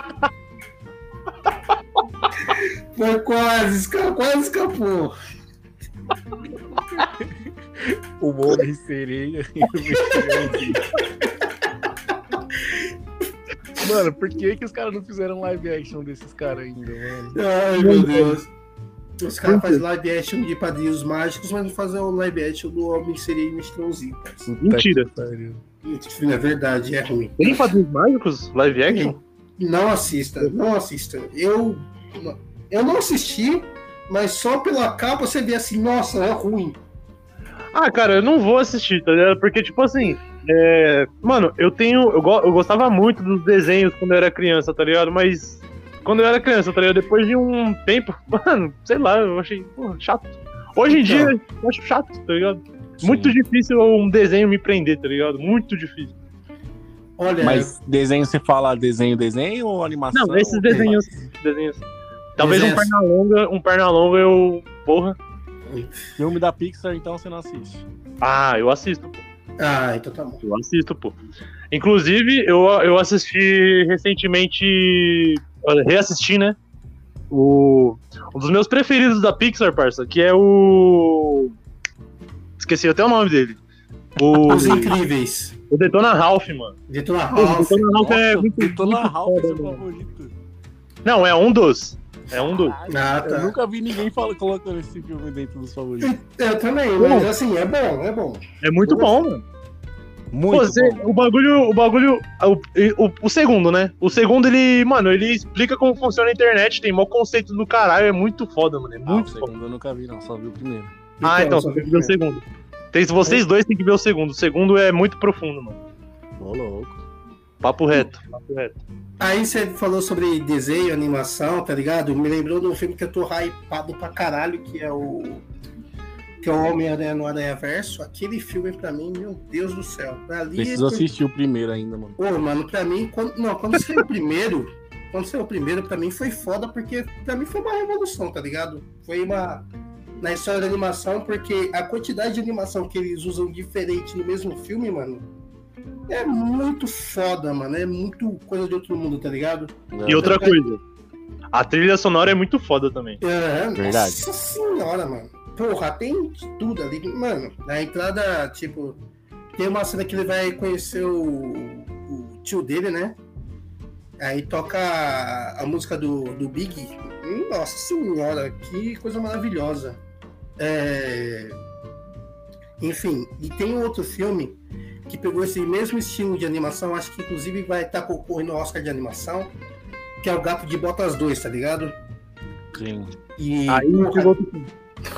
Foi quase, esca- quase escapou. O Homem Sereia e o Mexilhãozinho. Mano, por que, que os caras não fizeram live action desses caras ainda, mano? Ai, meu Deus. Os caras fazem live action de Padrinhos Mágicos, mas não fazem um live action do Homem Sereia e Mexilhãozinho. Mentira. Esse filme é verdade, é ruim. Tem Padrinhos Mágicos? Live action? Não assista, não assista. Eu, eu não assisti, mas só pela capa você vê assim, nossa, é ruim. Ah, cara, eu não vou assistir, tá ligado? Porque, tipo assim, é... mano, eu tenho. Eu, go... eu gostava muito dos desenhos quando eu era criança, tá ligado? Mas quando eu era criança, tá ligado? Depois de um tempo, mano, sei lá, eu achei porra, chato. Hoje em Então. dia, eu acho chato, tá ligado? Sim. Muito difícil um desenho me prender, tá ligado? Muito difícil. Olha, Mas desenho, você fala desenho, desenho ou animação? Não, esses ou- desenhos. desenhos. Talvez um Desenhos. perna longa, um perna longa eu. Porra. Filme da Pixar, então você não assiste. Ah, eu assisto, pô. ah, então tá bom. Eu assisto, pô. Inclusive, eu, eu assisti recentemente. Olha, reassisti, né? O, um dos meus preferidos da Pixar, parça, que é o. Esqueci até o nome dele. O, Os Incríveis. o Detona Ralph, mano. Detona Pô, o Ralph. Detona Ralph é Nossa, muito. Detona muito Ralph é foda, seu mano. favorito. Não, é um dos. É um dos. Ah, Eu tá. nunca vi ninguém fala, colocando esse filme dentro dos favoritos. Eu também, mas assim, é bom, é bom. É muito Eu bom, mano. Muito Você, bom. o bagulho, o bagulho, o, o, o segundo, né? O segundo, ele, mano, ele explica como funciona a internet, tem mó conceito do caralho, é muito foda, mano, é Ah, o muito foda. segundo eu nunca vi, não, só vi o primeiro. Ah, então, só você tem que ver o segundo. Tem, vocês dois têm que ver o segundo, o segundo é muito profundo, mano. Ô, louco. Papo reto, papo reto. Aí você falou sobre desenho, animação, tá ligado? Me lembrou de um filme que eu tô hypado pra caralho, que é o. Que é o Homem-Aranha no Aranha-Verso. Aquele filme, pra mim, meu Deus do céu. Ali, Preciso assistir o primeiro ainda, mano. Pô, mano, pra mim, quando, não, quando saiu o primeiro, quando saiu o primeiro, pra mim foi foda, porque pra mim foi uma revolução, tá ligado? Foi uma. Na história da animação, porque a quantidade de animação que eles usam diferente no mesmo filme, mano, é muito foda, mano. É muito coisa de outro mundo, tá ligado? E outra coisa, a trilha sonora é muito foda também. É, Verdade. Nossa senhora, mano. Porra, tem de tudo ali. Mano, na entrada, tipo, tem uma cena que ele vai conhecer o, o tio dele, né? Aí toca a, a música do, do Big. Hum, Nossa senhora, que coisa maravilhosa. É... Enfim, e tem um outro filme que pegou esse mesmo estilo de animação, acho que inclusive vai estar concorrendo ao Oscar de animação, que é o Gato de Botas dois, tá ligado? Sim. E, Aí porra, chegou outro filme.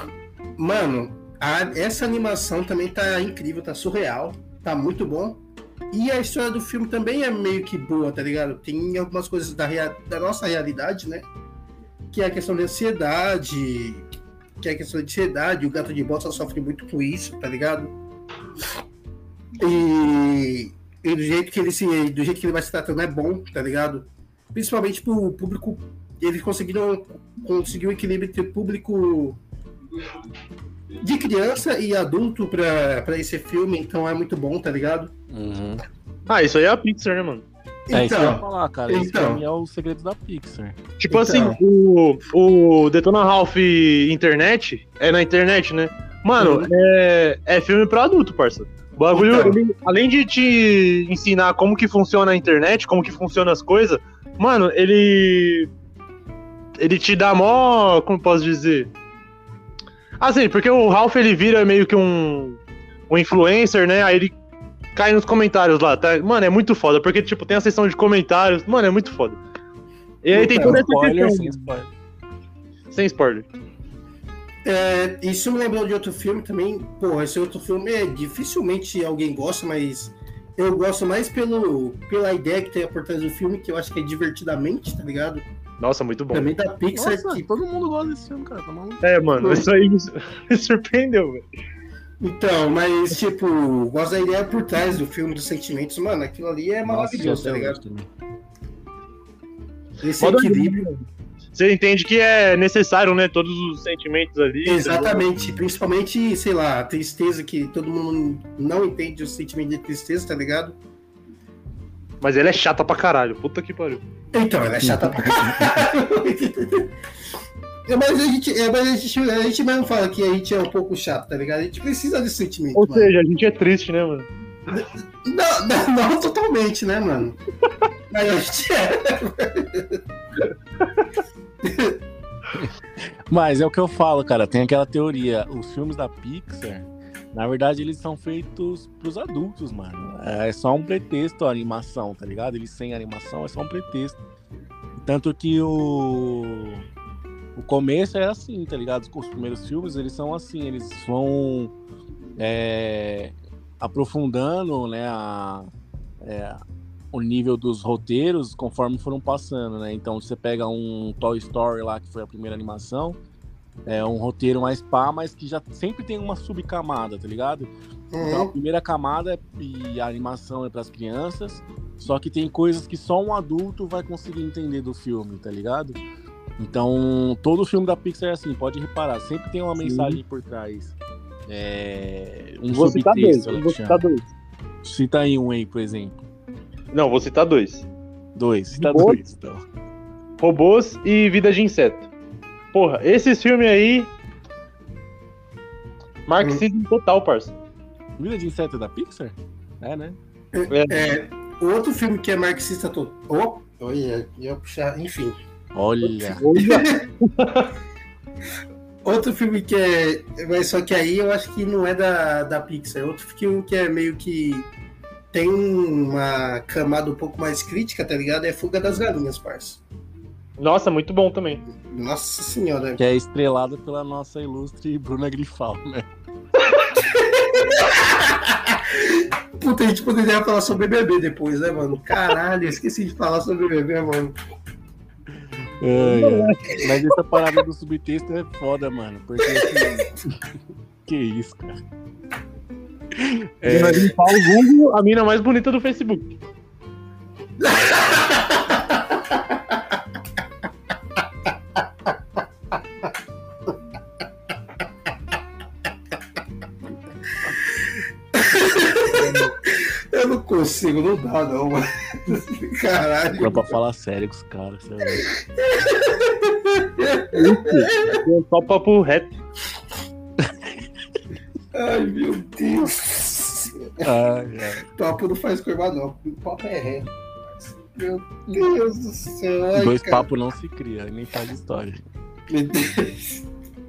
mano, a- essa animação também tá incrível, tá surreal, tá muito bom. E a história do filme também é meio que boa, tá ligado? Tem algumas coisas da, rea- da nossa realidade, né? Que é a questão da ansiedade, que é a questão da ansiedade, o Gato de Botas sofre muito com isso, tá ligado? E, e do jeito que ele se, do jeito que ele vai se tratando é bom, tá ligado? Principalmente pro público, eles conseguiram conseguir um equilíbrio entre público de criança e adulto pra, pra esse filme, então é muito bom, tá ligado? Uhum. Ah, isso aí é a Pixar, né, mano? É isso que eu ia Então, falar, cara. Esse então. pra mim é o segredo da Pixar. Tipo Então. assim, o, o Detona Ralph internet, é na internet, né? Mano, Uhum. é, é filme pra adulto, parça. O bagulho, Então. ele, além de te ensinar como que funciona a internet, como que funcionam as coisas, mano, ele. Ele te dá mó. Como posso dizer? Assim, porque o Ralph ele vira meio que um. Um influencer, né? Aí ele cai nos comentários lá, tá? Mano, é muito foda, porque, tipo, tem a seção de comentários. Mano, é muito foda. E aí tem Então, toda essa Spoiler, questão. sem spoiler. Sem spoiler. É, isso me lembrou de outro filme também. Pô, esse outro filme é dificilmente alguém gosta, mas eu gosto mais pelo, pela ideia que tem por trás do filme, que eu acho que é Divertidamente, tá ligado? Nossa, muito bom. Também da Pixar. Nossa, que... todo mundo gosta desse filme, cara. Tá maluco? É, mano, isso aí me me surpreendeu, velho. Então, mas tipo, gosto da ideia por trás do filme, dos sentimentos. Mano, aquilo ali é maravilhoso, tá ligado? Esse Modo equilíbrio. Você entende que é necessário, né? Todos os sentimentos ali. Exatamente, principalmente, sei lá, a tristeza, que todo mundo não entende o sentimento de tristeza, tá ligado? Mas ela é chata pra caralho. Puta que pariu. Então, ela é chata pra caralho. É, mas a gente, é, mas a gente, a gente mesmo fala que a gente é um pouco chato, tá ligado? A gente precisa desse sentimento. Ou mano. seja, a gente é triste, né, mano? Não, não, não totalmente, né, mano? Mas a gente é. Mas é o que eu falo, cara. Tem aquela teoria. Os filmes da Pixar, na verdade, eles são feitos pros adultos, mano. É só um pretexto a animação, tá ligado? Eles sem animação é só um pretexto. Tanto que o... O começo é assim, tá ligado? Os primeiros filmes, eles são assim. Eles vão é, aprofundando, né, a... É, o nível dos roteiros conforme foram passando, né? Então você pega um Toy Story lá, que foi a primeira animação, é um roteiro mais pá, mas que já sempre tem uma subcamada, tá ligado? Uhum. Então a primeira camada e a animação é para as crianças, só que tem coisas que só um adulto vai conseguir entender do filme, tá ligado? Então todo filme da Pixar é assim, pode reparar, sempre tem uma Sim. mensagem por trás. É, um Vou citar dois. subtexto, ela Vou chama. citar dois. Cita aí um aí, por exemplo. Não, vou citar dois. Dois, cita Boa. dois, então. Robôs e Vida de Inseto. Porra, esses filmes aí. Marxismo total, parça. Vida de Inseto da Pixar? É, né? É, outro filme que é marxista todo. Oh, olha, ia puxar, enfim. Olha. Outro filme que é. Mas só que aí eu acho que não é da, da Pixar. Outro filme que é meio que tem uma camada um pouco mais crítica, tá ligado? É Fuga das Galinhas, parça. Nossa, muito bom também. Nossa senhora. Que é estrelado pela nossa ilustre Bruna Grifal, né? Puta, a gente poderia falar sobre B B B depois, né, mano? Caralho, eu esqueci de falar sobre B B B, mano. É, é. Mas essa parada do subtexto é foda, mano. Porque assim. Que isso, cara. É... Google, a mina mais bonita do Facebook. Eu não consigo, não dá não, mano. Caralho. Dá pra falar sério com os caras, sério. É só papo reto. Ai, meu Deus. Ai, ai. Papo não faz curva, não. O papo é reto. Meu Deus do céu. Ai, Dois cara. papos não se cria, nem faz história. Meu Deus.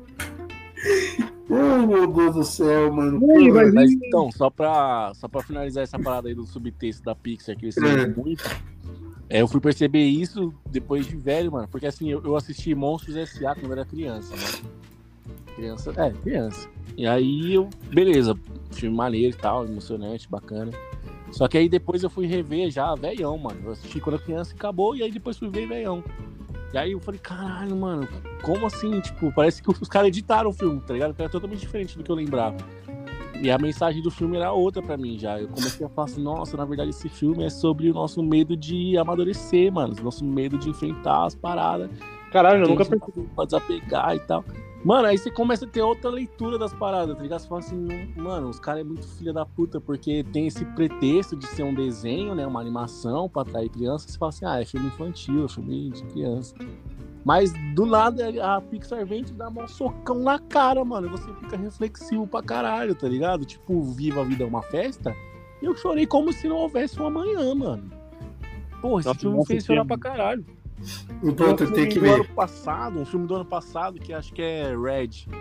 Ai, meu Deus do céu, mano. Ai, Porra. mas- Mas então, só pra, só pra finalizar essa parada aí do subtexto da Pixar, que eles É. fizeram muito, é, eu fui perceber isso depois de velho, mano, porque assim, eu, eu assisti Monstros S A quando eu era criança, né? Criança, é, criança. E aí eu, beleza, filme maneiro e tal, emocionante, bacana. Só que aí depois eu fui rever já velhão, mano. Eu assisti quando eu criança e acabou, e aí depois fui ver velhão. E aí eu falei, caralho, mano, como assim? Tipo, parece que os caras editaram o filme, tá ligado? Porque era totalmente diferente do que eu lembrava. E a mensagem do filme era outra pra mim já. Eu comecei a falar assim, nossa, na verdade esse filme é sobre o nosso medo de amadurecer, mano. O nosso medo de enfrentar as paradas. Caralho, eu que nunca a gente percebi. pode desapegar e tal. Mano, aí você começa a ter outra leitura das paradas, tá ligado? Você fala assim, mano, os caras é muito filha da puta, porque tem esse pretexto de ser um desenho, né? Uma animação pra atrair criança. Você fala assim, ah, é filme infantil, é filme de criança. Mas do nada a Pixar vem te dar um socão na cara, mano. Você fica reflexivo pra caralho, tá ligado? Tipo, Viva a Vida é uma Festa. E eu chorei como se não houvesse um amanhã, mano. Porra, esse Nossa, filme me nossa, fez que- chorar pra caralho. Pronto, um eu tenho filme que do ano ver. passado, um filme do ano passado que acho que é Red.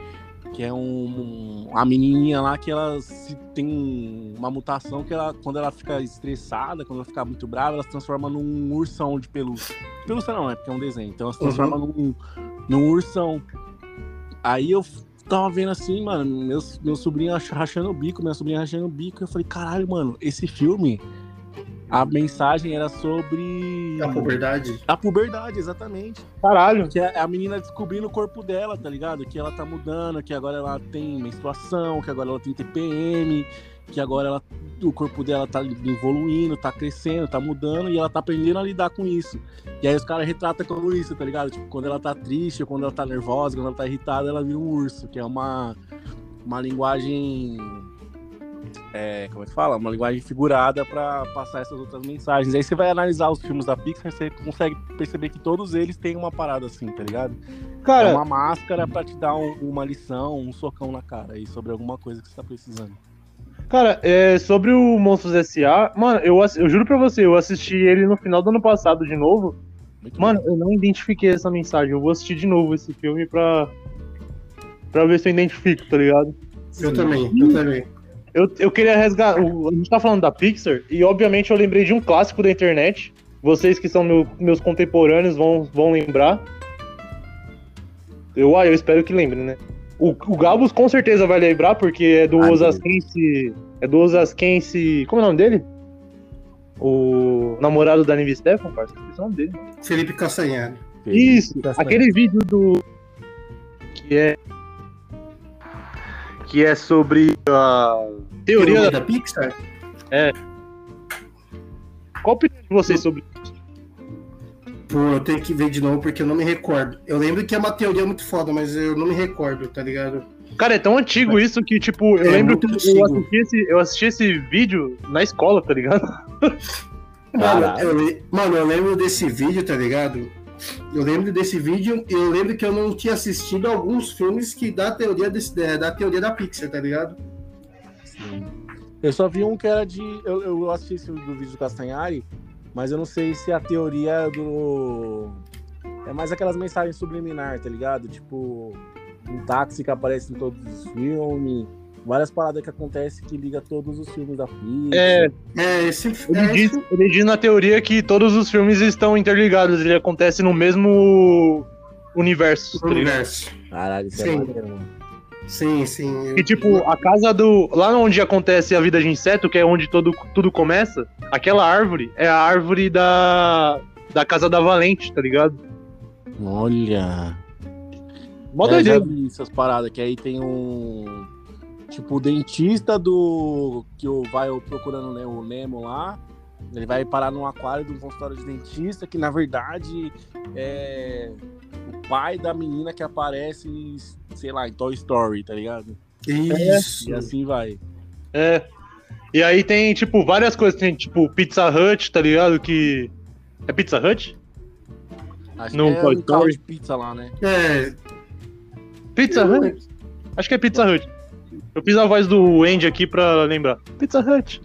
que é um, a menininha lá que ela se, tem uma mutação que ela, quando ela fica estressada, quando ela fica muito brava, ela se transforma num ursão de pelúcia. Pelúcia não, é porque é um desenho. Então ela se transforma uhum. num, num ursão. Aí eu tava vendo assim, mano, meu, meu sobrinho rachando o bico, minha sobrinha rachando o bico. Eu falei, caralho, mano, esse filme, a mensagem era sobre... A puberdade. A puberdade, exatamente. Caralho. Que é a menina descobrindo o corpo dela, tá ligado? Que ela tá mudando, que agora ela tem menstruação, que agora ela tem T P M, que agora ela, o corpo dela tá evoluindo, tá crescendo, tá mudando, e ela tá aprendendo a lidar com isso. E aí os caras retratam como isso, tá ligado? Tipo, quando ela tá triste, ou quando ela tá nervosa, quando ela tá irritada, ela vira um urso, que é uma, uma linguagem... É, como é que fala? Uma linguagem figurada pra passar essas outras mensagens. Aí você vai analisar os filmes da Pixar, você consegue perceber que todos eles têm uma parada assim, tá ligado? Cara, é uma máscara pra te dar um, uma lição, um socão na cara aí sobre alguma coisa que você tá precisando. Cara, é, sobre o Monstros S A, mano, eu, eu juro pra você, eu assisti ele no final do ano passado de novo. Muito mano, bom. Eu não identifiquei essa mensagem. Eu vou assistir de novo esse filme pra, pra ver se eu identifico, tá ligado? Eu Sim. também, eu também. Eu, eu queria resgatar. A gente tá falando da Pixar, e obviamente eu lembrei de um clássico da internet. Vocês que são meu, meus contemporâneos vão, vão lembrar. Eu, ah, eu espero que lembrem, né? O, o Gabos com certeza vai lembrar, porque é do ah, Osasquense. É do Osasquense. Como é o nome dele? O namorado da Nive Stefan, parceiro. Esse é o nome dele. Felipe Castanhari. Isso, Castanhari. Aquele vídeo do. Que é. Que é sobre a teoria, teoria da... da Pixar? É. Qual a opinião de vocês sobre isso? Pô, eu tenho que ver de novo porque eu não me recordo. Eu lembro que é uma teoria muito foda, mas eu não me recordo, tá ligado? Cara, é tão antigo isso que, tipo, eu é lembro que eu assisti, esse, eu assisti esse vídeo na escola, tá ligado? Mano eu, mano, eu lembro desse vídeo, tá ligado? Eu lembro desse vídeo e eu lembro que eu não tinha assistido alguns filmes que da teoria, desse, da teoria da Pixar, tá ligado? Sim. Eu só vi um que era de... Eu, eu assisti esse do vídeo do Castanhari, mas eu não sei se a teoria do... É mais aquelas mensagens subliminar, tá ligado? Tipo, um táxi que aparece em todos os filmes... Várias paradas que acontecem que liga todos os filmes da Pixar. É, é esse, ele, é diz, esse... ele diz na teoria que todos os filmes estão interligados, ele acontece no mesmo universo. Tá universo. Caralho, isso sim. é maneiro, mano. Sim, sim. Eu... E tipo, a casa do... Lá onde acontece a vida de inseto, que é onde todo, tudo começa, aquela árvore é a árvore da, da casa da Valente, tá ligado? Olha... Mó é, doideira. já vi essas paradas, que aí tem um... Tipo, o dentista do... Que vai procurando, né, o Nemo lá. Ele vai parar num aquário de um consultório de dentista, que na verdade é o pai da menina que aparece, sei lá, em Toy Story, tá ligado? Isso. E assim vai. É. E aí tem, tipo, várias coisas. Tem, tipo, Pizza Hut, tá ligado? Que... É Pizza Hut? Acho no que é um carro de pizza lá, né? É. Pizza Hut? Acho que é Pizza Hut. Eu fiz a voz do Andy aqui pra lembrar. Pizza Hut.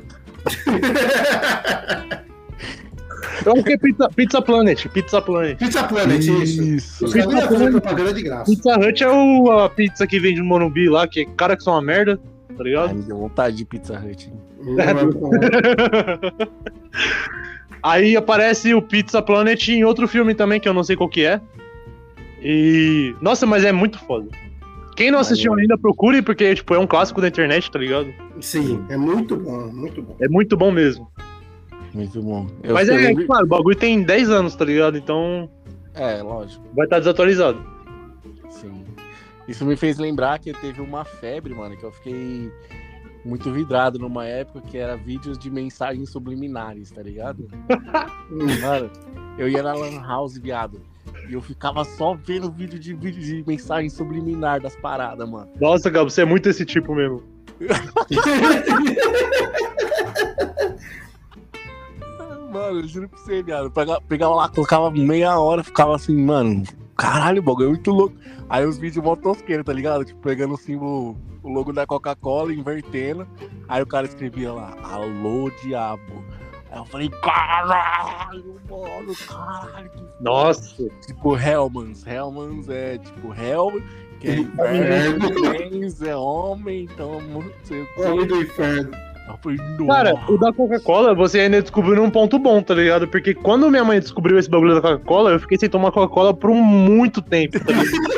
Eu acho que é Pizza, Pizza Planet. Pizza Planet. Pizza Planet, isso. Isso. Os caras iam fazer propaganda de graça. Pizza Hut é o, a pizza que vende no Morumbi lá, que é cara que são uma merda, tá ligado? Ai, me deu vontade de Pizza Hut, hein? Aí aparece o Pizza Planet em outro filme também, que eu não sei qual que é. E... Nossa, mas é muito foda. Quem não assistiu ainda, procure, porque tipo, é um clássico da internet, tá ligado? Sim, é muito bom, muito bom. É muito bom mesmo. Muito bom. Eu mas é, lembro... claro, o bagulho tem dez anos, tá ligado? Então... É, lógico. Vai estar desatualizado. Sim. Isso me fez lembrar que teve uma febre, mano, que eu fiquei muito vidrado numa época que era vídeos de mensagens subliminares, tá ligado? Mano, eu ia na Lan House, viado. E eu ficava só vendo vídeo de, vídeo de mensagem subliminar das paradas, mano. Nossa, Gabo, você é muito esse tipo mesmo. Mano, eu juro pra você, viado. Pegava, pegava lá, colocava meia hora, ficava assim, mano, caralho, bagulho é muito louco. Aí os vídeos mó tosqueiros, tá ligado? Tipo, pegando o símbolo, o logo da Coca-Cola, invertendo. Aí o cara escrevia lá, alô, diabo. Aí eu falei, caralho, mano, caralho. Nossa. Tipo, Hellmans. Hellmans é tipo Hell Que é inferno, é homem, então não sei o quê. Homem do inferno. Cara, o da Coca-Cola, você ainda descobriu um ponto bom, tá ligado? Porque quando minha mãe descobriu esse bagulho da Coca-Cola, eu fiquei sem tomar Coca-Cola por muito tempo, tá ligado?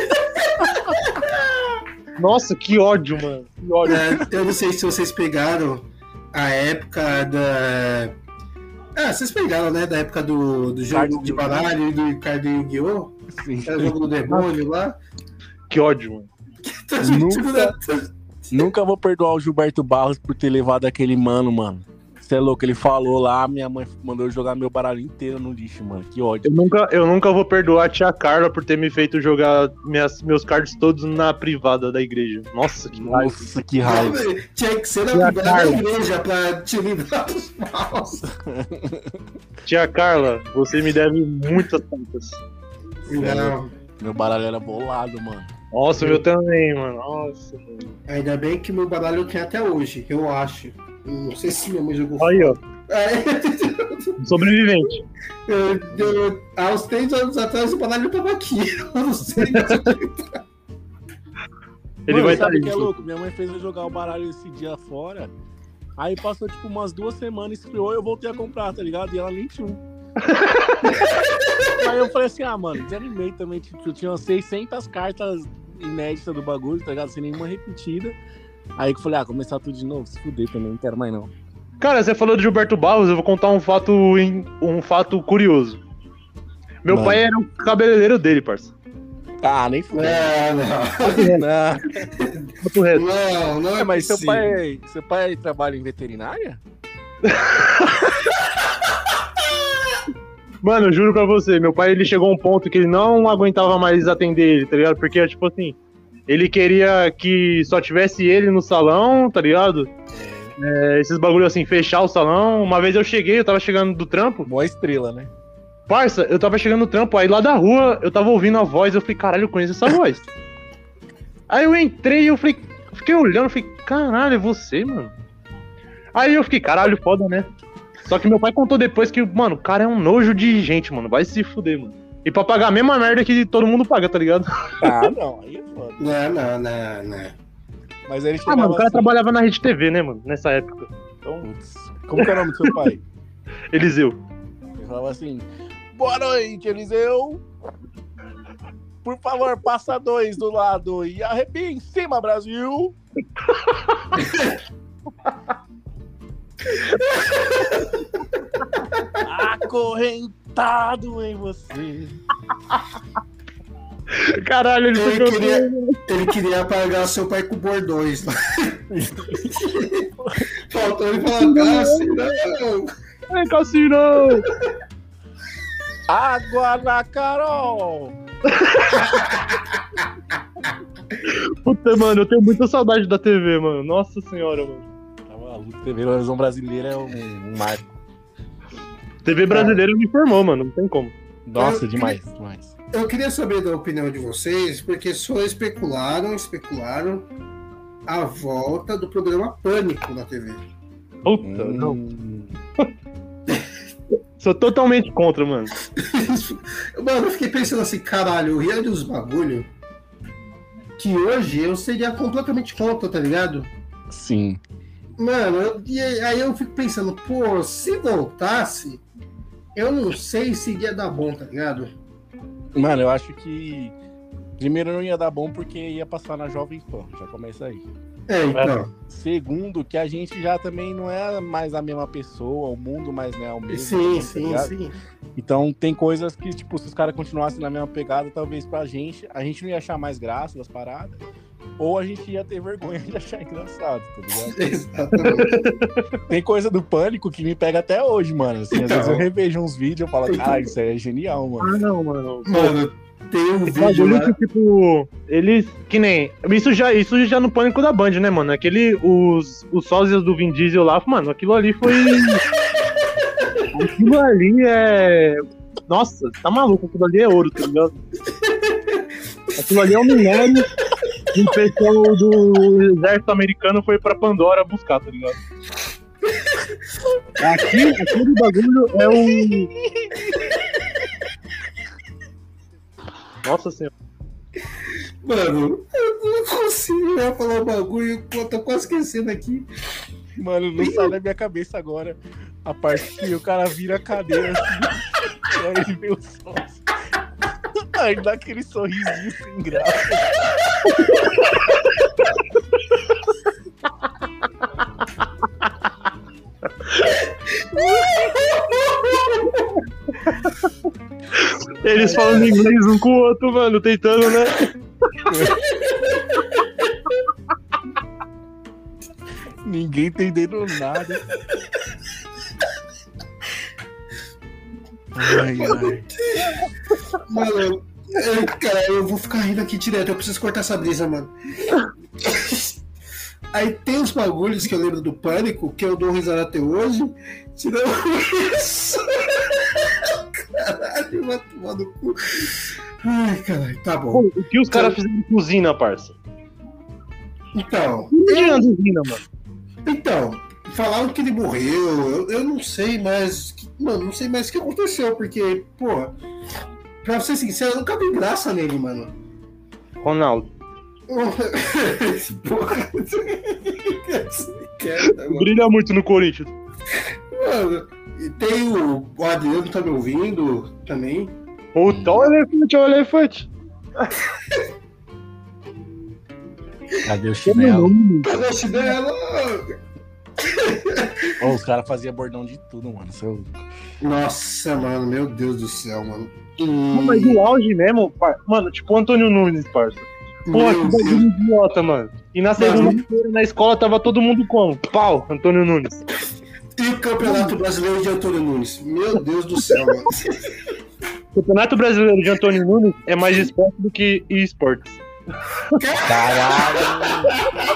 Nossa, que ódio, mano. Que ódio. É, eu não sei se vocês pegaram a época da... Ah, vocês pegaram, né? Da época do, do jogo Card de baralho e do Card Yu-Gi-Oh! Sim. Era o jogo do demônio lá. Que ódio, mano. Nunca, nunca vou perdoar o Gilberto Barros por ter levado aquele mano, mano. Você é louco, ele falou lá, minha mãe mandou eu jogar meu baralho inteiro no lixo, mano. Que ódio. Eu nunca, eu nunca vou perdoar a tia Carla por ter me feito jogar minhas, meus cards todos na privada da igreja. Nossa, que raiva. Nossa, que raiva. Tinha que ser na Tia privada da Carla. igreja pra te livrar dos maus. Tia Carla, você me deve muitas contas. Não. Meu baralho era bolado, mano. Nossa, o meu também, mano. Nossa, mano. Ainda bem que meu baralho eu tenho até hoje, eu acho. Não sei se minha mãe jogou Aí, ó. É, Sobrevivente. eu, eu, há uns três anos atrás o baralho tava aqui. Eu não sei. Ele Mano, vai estar sabe ali. que é louco? Minha mãe fez eu jogar o baralho esse dia fora. Aí passou tipo umas duas semanas, esfriou e eu voltei a comprar, tá ligado? E ela nem tinha um. Aí eu falei assim, ah, mano, desanimei também. Tipo, eu tinha umas seiscentas cartas inéditas do bagulho, tá ligado? Sem nenhuma repetida. Aí que eu falei, ah, começar tudo de novo, se fuder também, não quero mais não. Cara, você falou do Gilberto Barros, eu vou contar um fato, in- um fato curioso. Meu Mano. pai era o cabeleireiro dele, parça. Ah, nem fudeu. Não, Não. Fato reto. não, não é É, mas seu possível. pai, seu pai trabalha em veterinária? Mano, eu juro pra você, meu pai ele chegou a um ponto que ele não aguentava mais atender ele, tá ligado? Porque, tipo assim, ele queria que só tivesse ele no salão, tá ligado? É, esses bagulho assim, fechar o salão. Uma vez eu cheguei, eu tava chegando do trampo. Boa estrela, né? Parça, eu tava chegando no trampo, aí lá da rua eu tava ouvindo a voz, eu falei, caralho, eu conheço essa voz. Aí eu entrei e eu falei, fiquei olhando, eu falei, caralho, é você, mano? Aí eu fiquei, caralho, foda, né? Só que meu pai contou depois que, mano, o cara é um nojo de gente, mano, vai se fuder, mano. E pra pagar a mesma merda que todo mundo paga, tá ligado? Ah, não, aí é foda. Não, não, não, não. Mas ele Ah, chegava mano, o cara assim, trabalhava na Rede T V, né, mano, nessa época. Então, putz, como que é o nome do seu pai? Eliseu. Ele falava assim, boa noite, Eliseu. Por favor, passa dois do lado e arrepia em cima, Brasil. Acorrentado em você. Caralho, ele Ele ficou... queria, ele queria apagar seu pai com bordões. Faltou ele falar, Cássio, não. É, Cassino! Água na Carol. Puta, mano, eu tenho muita saudade da T V, mano. Nossa senhora, mano. Tá maluco, T V Televisão Brasileira é um, um marco. T V brasileira me informou, mano. Não tem como. Nossa, Eu- demais, demais. Eu queria saber da opinião de vocês, porque só especularam, especularam a volta do programa Pânico na T V. Puta, não. Hum, Sou totalmente contra, mano. Mano, eu fiquei pensando assim, caralho, o Rio dos bagulho que hoje eu seria completamente contra, tá ligado? sim. Mano, eu- e aí eu fico pensando, pô, se voltasse, eu não sei se ia dar bom, tá ligado? Mano, eu acho que primeiro não ia dar bom porque ia passar na Jovem Pan, já começa aí. É, então. Segundo, que a gente já também não é mais a mesma pessoa, o mundo mais não é o mesmo. Sim, tá sim, ligado? sim. Então tem coisas que, tipo, se os caras continuassem na mesma pegada, talvez pra gente, a gente não ia achar mais graça das paradas, ou a gente ia ter vergonha de achar engraçado, tá ligado? Exatamente. Tem coisa do Pânico que me pega até hoje, mano. Assim, às Então. vezes eu revejo uns vídeos e falo, cara, isso aí é genial, mano. Ah, não, mano. Mano, tem um Esse vídeo bagulho lá. que, tipo, eles. Que nem. Isso já, isso já no Pânico da Band, né, mano? Aquele. Os, os sósias do Vin Diesel lá, mano, aquilo ali foi. Aquilo ali é. Nossa, tá maluco, aquilo ali é ouro, tá ligado? Aquilo ali é um minério que o pessoal do exército americano foi pra Pandora buscar, tá ligado? Aqui, aquele bagulho é um. Nossa senhora. Mano, eu não consigo já falar o bagulho, eu tô quase esquecendo aqui. Mano, não sai da minha cabeça agora a parte que o cara vira a cadeira assim, e aí ele vê o sócio. Aí dá aquele sorrisinho sem graça. Eles falando inglês um com o outro, mano, tentando, né? Ninguém entendendo nada. Ai, ai. Mano, eu, cara, eu vou ficar rindo aqui direto, eu preciso cortar essa brisa, mano. Aí tem os bagulhos que eu lembro do Pânico, que eu dou risada até hoje. Tirando isso. Caralho, vai tomar no cu. Ai, caralho, tá bom. Pô, o que os caras fizeram em cozinha, parça? Então, Não cozinha, mano. então, falaram que ele morreu, eu, eu não sei mais. Mano, não sei mais o que aconteceu, porque, porra, pra ser sincero, eu nunca vi graça nele, mano. Ronaldo. Porra. Brilha muito no Corinthians. Mano, e tem o, o Adriano que tá me ouvindo também. Puta, olha o elefante, olha o elefante. Cadê o chinelo? Cadê o chinelo? Oh, os caras faziam bordão de tudo, mano. Seu... Nossa, mano, meu Deus do céu, mano. E... Mas no auge mesmo, par... mano, tipo o Antônio Nunes, parça. Porra, que bagulho idiota, mano. E na segunda-feira na escola tava todo mundo como? Pau, Antônio Nunes. E o Campeonato Brasileiro de Antônio Nunes? Meu Deus do céu, mano. O Campeonato Brasileiro de Antônio Nunes é mais esporte do que esportes. Caralho!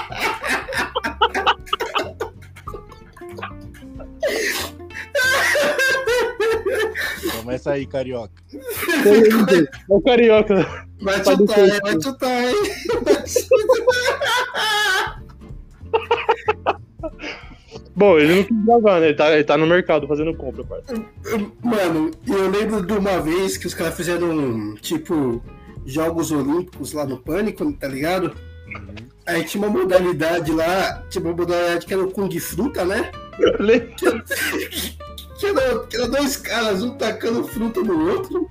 Começa aí, carioca. É o carioca. Vai chutar, hein? Vai chutar, hein? Bom, ele não quis gravar, né? Ele tá, ele tá no mercado fazendo compra, parceiro. Mano, eu lembro de uma vez que os caras fizeram, tipo, Jogos Olímpicos lá no Pânico, tá ligado? Uhum. Aí tinha uma modalidade lá, tinha uma modalidade que era o Kung Fruta, né? Que era, que, era, que era dois caras, um tacando fruta no outro.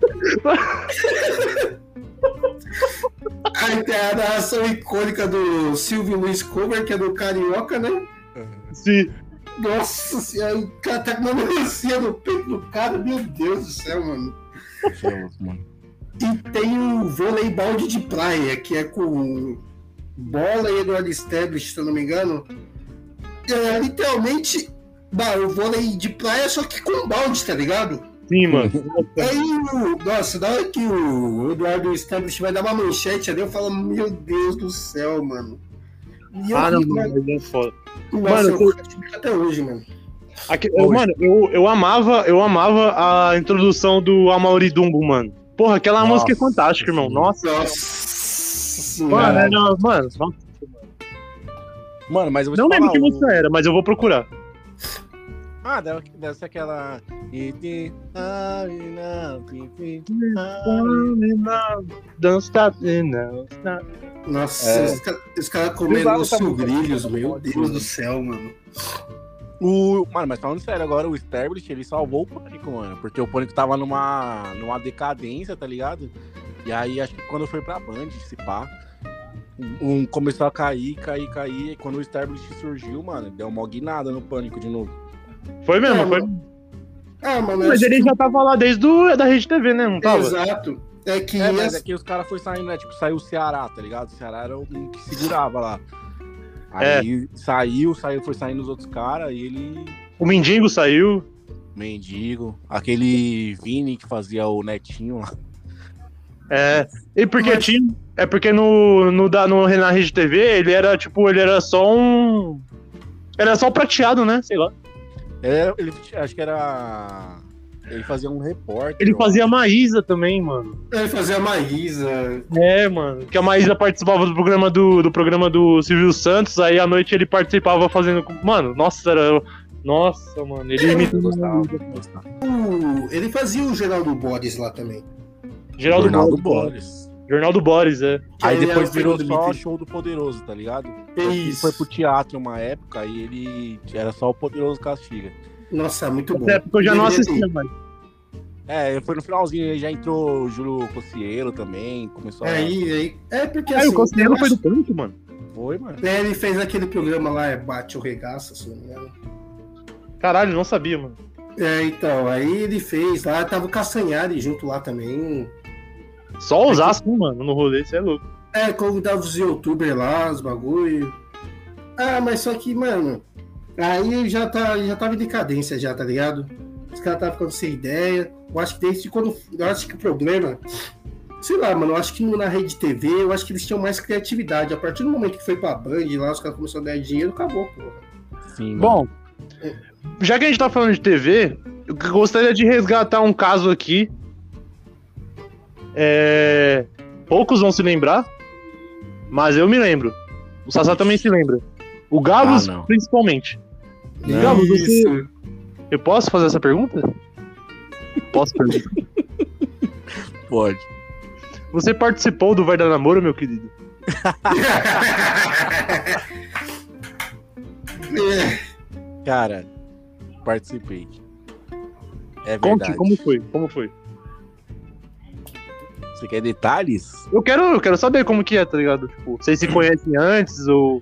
Aí tem a narração icônica do Silvio Luiz Cover, que é do Carioca, né? Sim. Nossa senhora, o cara tá com uma melancia no peito do cara, meu Deus do céu, mano. mano. E tem o vôlei balde de praia, que é com Bola e Eduardo Establish, se eu não me engano. É literalmente o vôlei de praia, só que com balde, tá ligado? Sim, mano. Aí, o, nossa, na hora que o Eduardo Establish vai dar uma manchete ali, eu falo, meu Deus do céu, mano. E eu, ah, não, mano, mano, é foda. Nossa, mano, eu eu... até hoje, mano. Aqui, eu, mano, eu, eu amava, eu amava a introdução do Amaury Dumbo, mano. Porra, aquela nossa, música é fantástica, irmão. Nossa. Nossa. Mano, era, mano, mano, mas eu vou te não falar, lembro que o... música era, mas eu vou procurar. Ah, deve, deve ser aquela. Don't stop, don't stop. Nossa, é. os caras cara comendo os sucrilhos, meu Deus do céu, mano. O, mano, mas falando sério, agora o Establish, ele salvou o Pânico, mano. Porque o Pânico tava numa, numa decadência, tá ligado? E aí, acho que quando foi pra Band, se pá, um, começou a cair, cair, cair. E quando o Establish surgiu, mano, deu uma guinada no Pânico de novo. Foi mesmo, é, foi. Ah, mano, mas ele que... já tava lá desde do, da Rede T V, né? Não tava? Exato. É que é, mas essa... é que os caras foram saindo, né? Tipo, saiu o Ceará, tá ligado? O Ceará era o que segurava lá. Aí é. saiu, saiu, foi saindo os outros caras e ele... O Mendigo saiu. Mendigo. Aquele Vini que fazia o Netinho lá. É. E porque mas... tinha... É porque no, no, no, na Rede T V ele era, tipo, ele era só um... Era só prateado, né? Sei lá. Ele, ele, acho que era... Ele fazia um repórter. Ele fazia a Maísa também, mano. Ele fazia a Maísa. É, mano. Que a Maísa participava do programa do, do programa do Silvio Santos, aí à noite ele participava fazendo... Mano, nossa, era... Nossa, mano. Ele imita... Uh, ele fazia o Geraldo Boris lá também. Geraldo Boris. Jornal do Boris, é. Aí Ele depois é o virou filho do só Dmitry. Show do Poderoso, tá ligado? É Ele isso. foi pro teatro uma época e ele era só o Poderoso Castiga. Nossa, muito bom. Nessa época eu já não Deveria assistia ter. mais. É, foi no finalzinho, aí já entrou o Júlio Cossielo também, começou a... Aí, aí. É porque Aí assim. o Conselheiro eu foi do acho- Pânico, mano. Foi, mano. É, ele fez aquele programa lá, é Bate ou Regaça, se não me engano. Caralho, não sabia, mano. É, então, aí ele fez lá, tava o Castanhari junto lá também. Só os astros, mano, no rolê, você é louco. É, convidava os youtubers lá, os bagulho. Ah, mas só que, mano, aí já, tá, já tava em decadência já, tá ligado? Os caras estavam ficando sem ideia. Eu acho que desde quando. Eu acho que o problema. Sei lá, mano, eu acho que na Rede T V, eu acho que eles tinham mais criatividade. A partir do momento que foi pra Band lá, os caras começaram a ganhar dinheiro, acabou, porra. Sim, mano. Bom, já que a gente tá falando de T V, eu gostaria de resgatar um caso aqui. É... Poucos vão se lembrar, mas eu me lembro. O Sassá também se lembra. O Gabos, Ah, não. principalmente. Não. Gabos, Isso. você... Eu posso fazer essa pergunta? Posso perguntar? Pode. Você participou do Vai Dar Namoro, meu querido? É, Cara, participei. É Conte, verdade. como foi? Como foi? Você quer detalhes? Eu quero, eu quero saber como que é, tá ligado? Tipo, vocês se conhecem antes ou...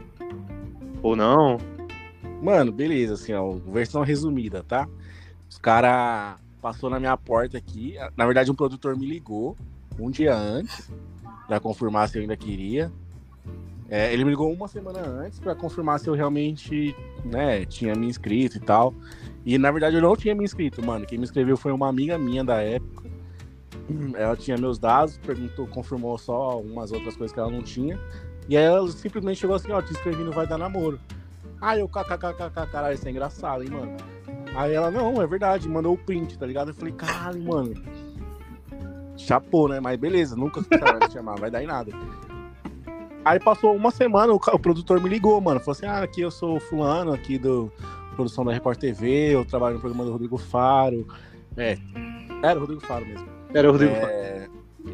Ou não? Mano, beleza, assim, ó, versão resumida, tá? Os cara passou na minha porta aqui. Na verdade, um produtor me ligou um dia antes pra confirmar se eu ainda queria. É, ele me ligou uma semana antes pra confirmar se eu realmente, né, tinha me inscrito e tal. E na verdade eu não tinha me inscrito, mano. Quem me inscreveu foi uma amiga minha da época. Ela tinha meus dados, perguntou, confirmou só umas outras coisas que ela não tinha. E aí ela simplesmente chegou assim, ó, te inscrevi no Vai Dar Namoro. Aí eu, kkkk, caralho, isso é engraçado, hein, mano. Aí ela, não, é verdade, mandou o print, tá ligado? Eu falei, caralho, mano. Chapou, né? Mas beleza, nunca vai te chamar, vai dar em nada. Aí passou uma semana, o, o produtor me ligou, mano. Falou assim, ah, aqui eu sou o fulano, aqui do produção da Record T V, eu trabalho no programa do Rodrigo Faro. É, era o Rodrigo Faro mesmo. Era o Rodrigo. É,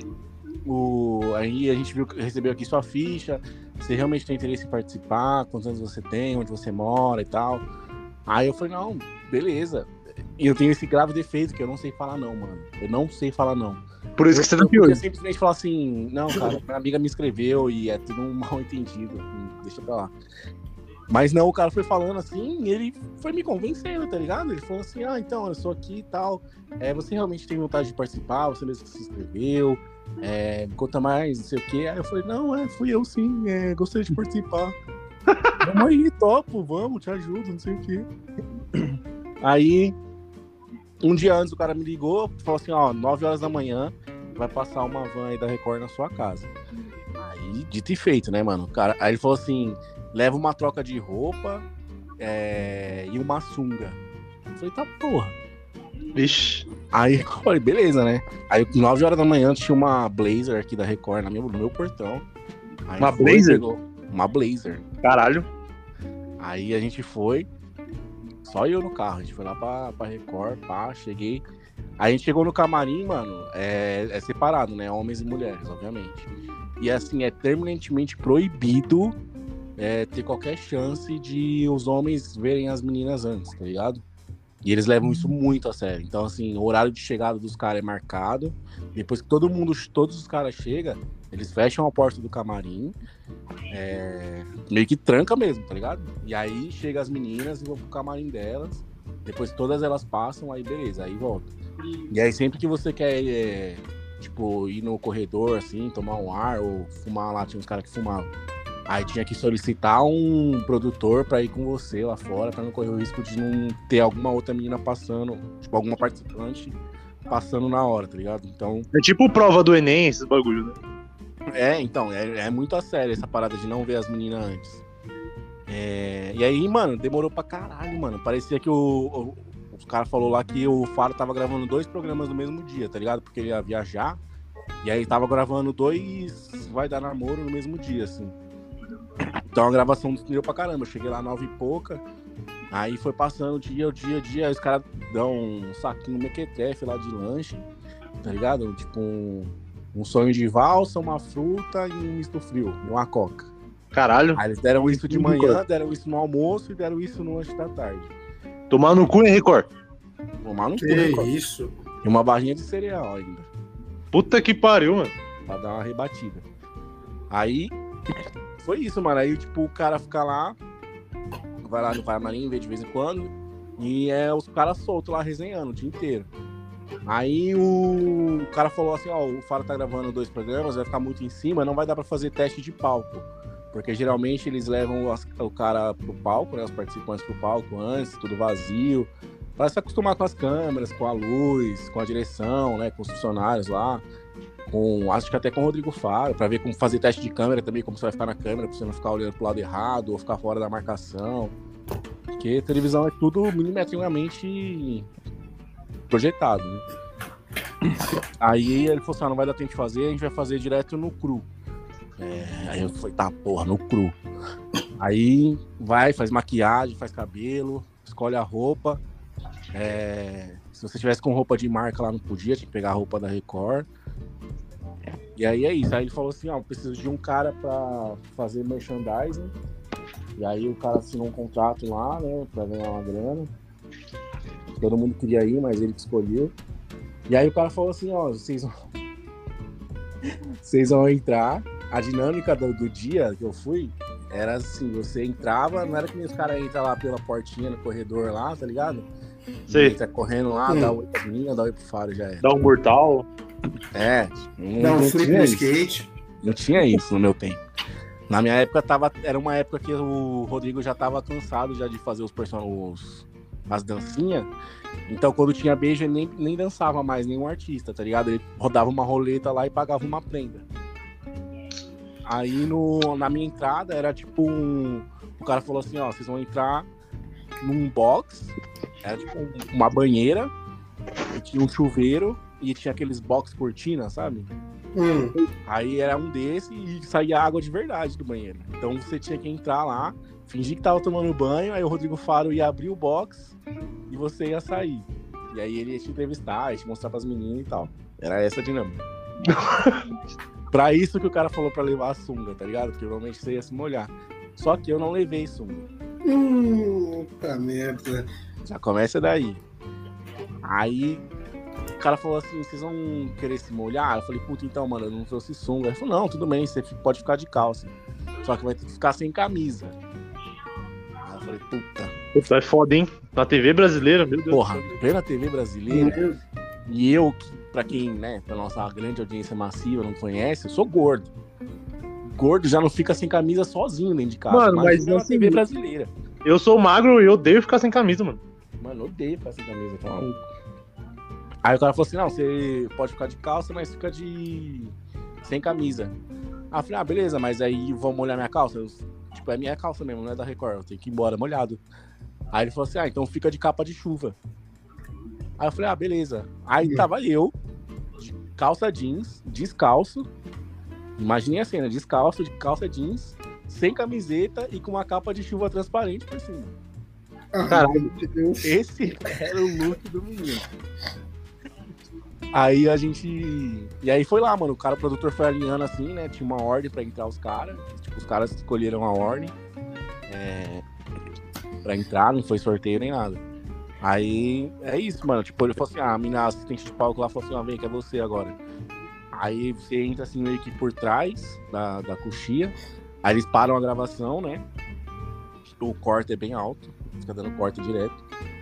o, aí a gente viu, recebeu aqui sua ficha. Você realmente tem interesse em participar? Quantos anos você tem? Onde você mora e tal? Aí eu falei, não, beleza. E eu tenho esse grave defeito que eu não sei falar não, mano. Eu não sei falar não. Por isso que você eu, tá eu aqui podia hoje. simplesmente falar assim, não, cara, minha amiga me escreveu e é tudo um mal entendido. Deixa pra lá. Mas não, o cara foi falando assim, e ele foi me convencendo, tá ligado? Ele falou assim, ah, então, eu sou aqui e tal. É, você realmente tem vontade de participar? Você mesmo que se inscreveu? É, me conta mais, não sei o quê. Aí eu falei, não, é, fui eu sim, é, gostaria de participar. Vamos aí, topo, vamos, te ajudo, não sei o quê. Aí, um dia antes o cara me ligou, falou assim, ó, nove horas da manhã, vai passar uma van aí da Record na sua casa. Aí, dito e feito, né, mano? O cara, aí ele falou assim, leva uma troca de roupa é, e uma sunga. Eu falei, tá porra. Vixe. Aí eu falei, beleza, né? Aí, nove horas da manhã, tinha uma Blazer aqui da Record no meu, no meu portão. Aí Uma foi, Blazer? pegou uma Blazer. Caralho. Aí a gente foi, só eu no carro, a gente foi lá pra, pra Record, pá, cheguei. Aí a gente chegou no camarim, mano, é, é separado, né? Homens e mulheres, obviamente. E assim, é terminantemente proibido é, ter qualquer chance de os homens verem as meninas antes, tá ligado? E eles levam isso muito a sério. Então, assim, o horário de chegada dos caras é marcado. Depois que todo mundo, todos os caras chegam, eles fecham a porta do camarim. É, meio que tranca mesmo, tá ligado? E aí chega as meninas e vão pro camarim delas. Depois todas elas passam, aí beleza, aí volta. E aí sempre que você quer, é, tipo, ir no corredor, assim, tomar um ar ou fumar lá, tinha uns caras que fumavam. Aí tinha que solicitar um produtor pra ir com você lá fora, pra não correr o risco de não ter alguma outra menina passando, tipo, alguma participante passando na hora, tá ligado? Então... É tipo prova do Enem, esses bagulho, né? É, então, é, é muito a sério essa parada de não ver as meninas antes. É, e aí, mano, demorou pra caralho, mano. Parecia que o, o, os caras falaram lá que o Faro tava gravando dois programas no mesmo dia, tá ligado? Porque ele ia viajar. E aí tava gravando dois Vai Dar Namoro no mesmo dia, assim. Então a gravação deu pra caramba. Eu cheguei lá nove e pouca. Aí foi passando dia, dia, dia. Aí os caras dão um saquinho mequetrefe lá de lanche, tá ligado? Tipo um, um sonho de valsa, uma fruta e um misto frio, e uma coca. Caralho. Aí eles deram isso de manhã, deram isso no almoço e deram isso no lanche da tarde. Tomar no cu, hein, Record? Tomar no cu, Que né? isso? E uma barrinha de cereal ainda, Puta que pariu, mano. pra dar uma rebatida. Aí, foi isso, mano. Aí, tipo, o cara fica lá, vai lá no camarim, vê de vez em quando, e é os caras soltos lá resenhando o dia inteiro. Aí o... o cara falou assim, ó, o Faro tá gravando dois programas, vai ficar muito em cima, não vai dar pra fazer teste de palco. Porque geralmente eles levam as... o cara pro palco, né, os participantes pro palco antes, tudo vazio, pra se acostumar com as câmeras, com a luz, com a direção, né, com os funcionários lá. Com, acho que até com o Rodrigo Faro, pra ver como fazer teste de câmera também, como você vai ficar na câmera, pra você não ficar olhando pro lado errado ou ficar fora da marcação. Porque televisão é tudo milimetricamente projetado, né? Aí ele falou assim, ah, não vai dar tempo de fazer, a gente vai fazer direto no cru. É, aí eu falei, tá, porra, no cru. Aí vai, faz maquiagem, faz cabelo, escolhe a roupa. É, se você tivesse com roupa de marca lá não podia, tinha que pegar a roupa da Record. E aí é isso, aí ele falou assim, ó, preciso de um cara pra fazer merchandising. E aí o cara assinou um contrato lá, né, pra ganhar uma grana. Todo mundo queria ir, mas ele que escolheu. E aí o cara falou assim, ó, vocês vão... vocês vão entrar. A dinâmica do, do dia que eu fui era assim, você entrava, não era que nem os caras entram lá pela portinha no corredor lá, tá ligado? Sei. Entra correndo lá, Hum. dá oi pra mim, dá oi pro Faro, já era. Dá um mortal. É, não, Dá um não flip tinha no isso. skate. Não tinha isso no meu tempo. Na minha época tava, era uma época que o Rodrigo já tava cansado já de fazer os personagens, as dancinhas. Então quando tinha beijo ele nem, nem dançava mais, nenhum artista, tá ligado? Ele rodava uma roleta lá e pagava uma prenda. Aí no, na minha entrada era tipo um... O cara falou assim, ó, vocês vão entrar num box, era tipo um- uma banheira, e tinha um chuveiro e tinha aqueles box cortina, sabe? Hum. Aí era um desse e saía água de verdade do banheiro. Então você tinha que entrar lá, fingir que tava tomando banho, aí o Rodrigo Faro ia abrir o box e você ia sair. E aí ele ia te entrevistar, ia te mostrar pras meninas e tal. Era essa a dinâmica. Pra isso que o cara falou pra levar a sunga, tá ligado? Porque normalmente você ia se molhar. Só que eu não levei sunga. Hum, puta merda. Já começa daí. Aí o cara falou assim, vocês vão querer se molhar? Eu falei, puta, então, mano, eu não trouxe sunga. Ele falou, não, tudo bem, você pode ficar de calça. Só que vai ter que ficar sem camisa. Aí eu falei, puta, Puta, é foda, hein? Na T V brasileira, meu Deus. porra, plena T V brasileira. Meu- E eu, que, pra quem, né, pra nossa grande audiência massiva não conhece, eu sou gordo. Gordo já não fica sem camisa sozinho dentro de casa. Mano, mas Imagina na assim- T V brasileira. Eu sou magro e eu odeio ficar sem camisa, mano. Mano, eu odeio ficar sem camisa, tá maluco. Aí o cara falou assim, não, você pode ficar de calça, mas fica de... sem camisa. Aí eu falei, ah, beleza, mas aí vão molhar minha calça? Eu, tipo, é minha calça mesmo, não é da Record, eu tenho que ir embora molhado. Aí ele falou assim, ah, então fica de capa de chuva. Aí eu falei, ah, beleza. Aí tava eu, de calça jeans, descalço. Imaginem a cena, descalço, de calça jeans, sem camiseta e com uma capa de chuva transparente por cima. Ah, Caralho. meu Deus. Esse era o look do menino. Aí a gente. E aí foi lá, mano. O cara, o produtor foi alinhando assim, né? Tinha uma ordem pra entrar os caras. Tipo, os caras escolheram a ordem é... pra entrar, não foi sorteio nem nada. Aí é isso, mano. Tipo, ele falou assim: ah, a mina assistente de palco lá falou assim: ah, vem, que é você agora. Aí você entra assim meio que por trás da, da coxia. Aí eles param a gravação, né? O corte é bem alto, fica dando corte direto.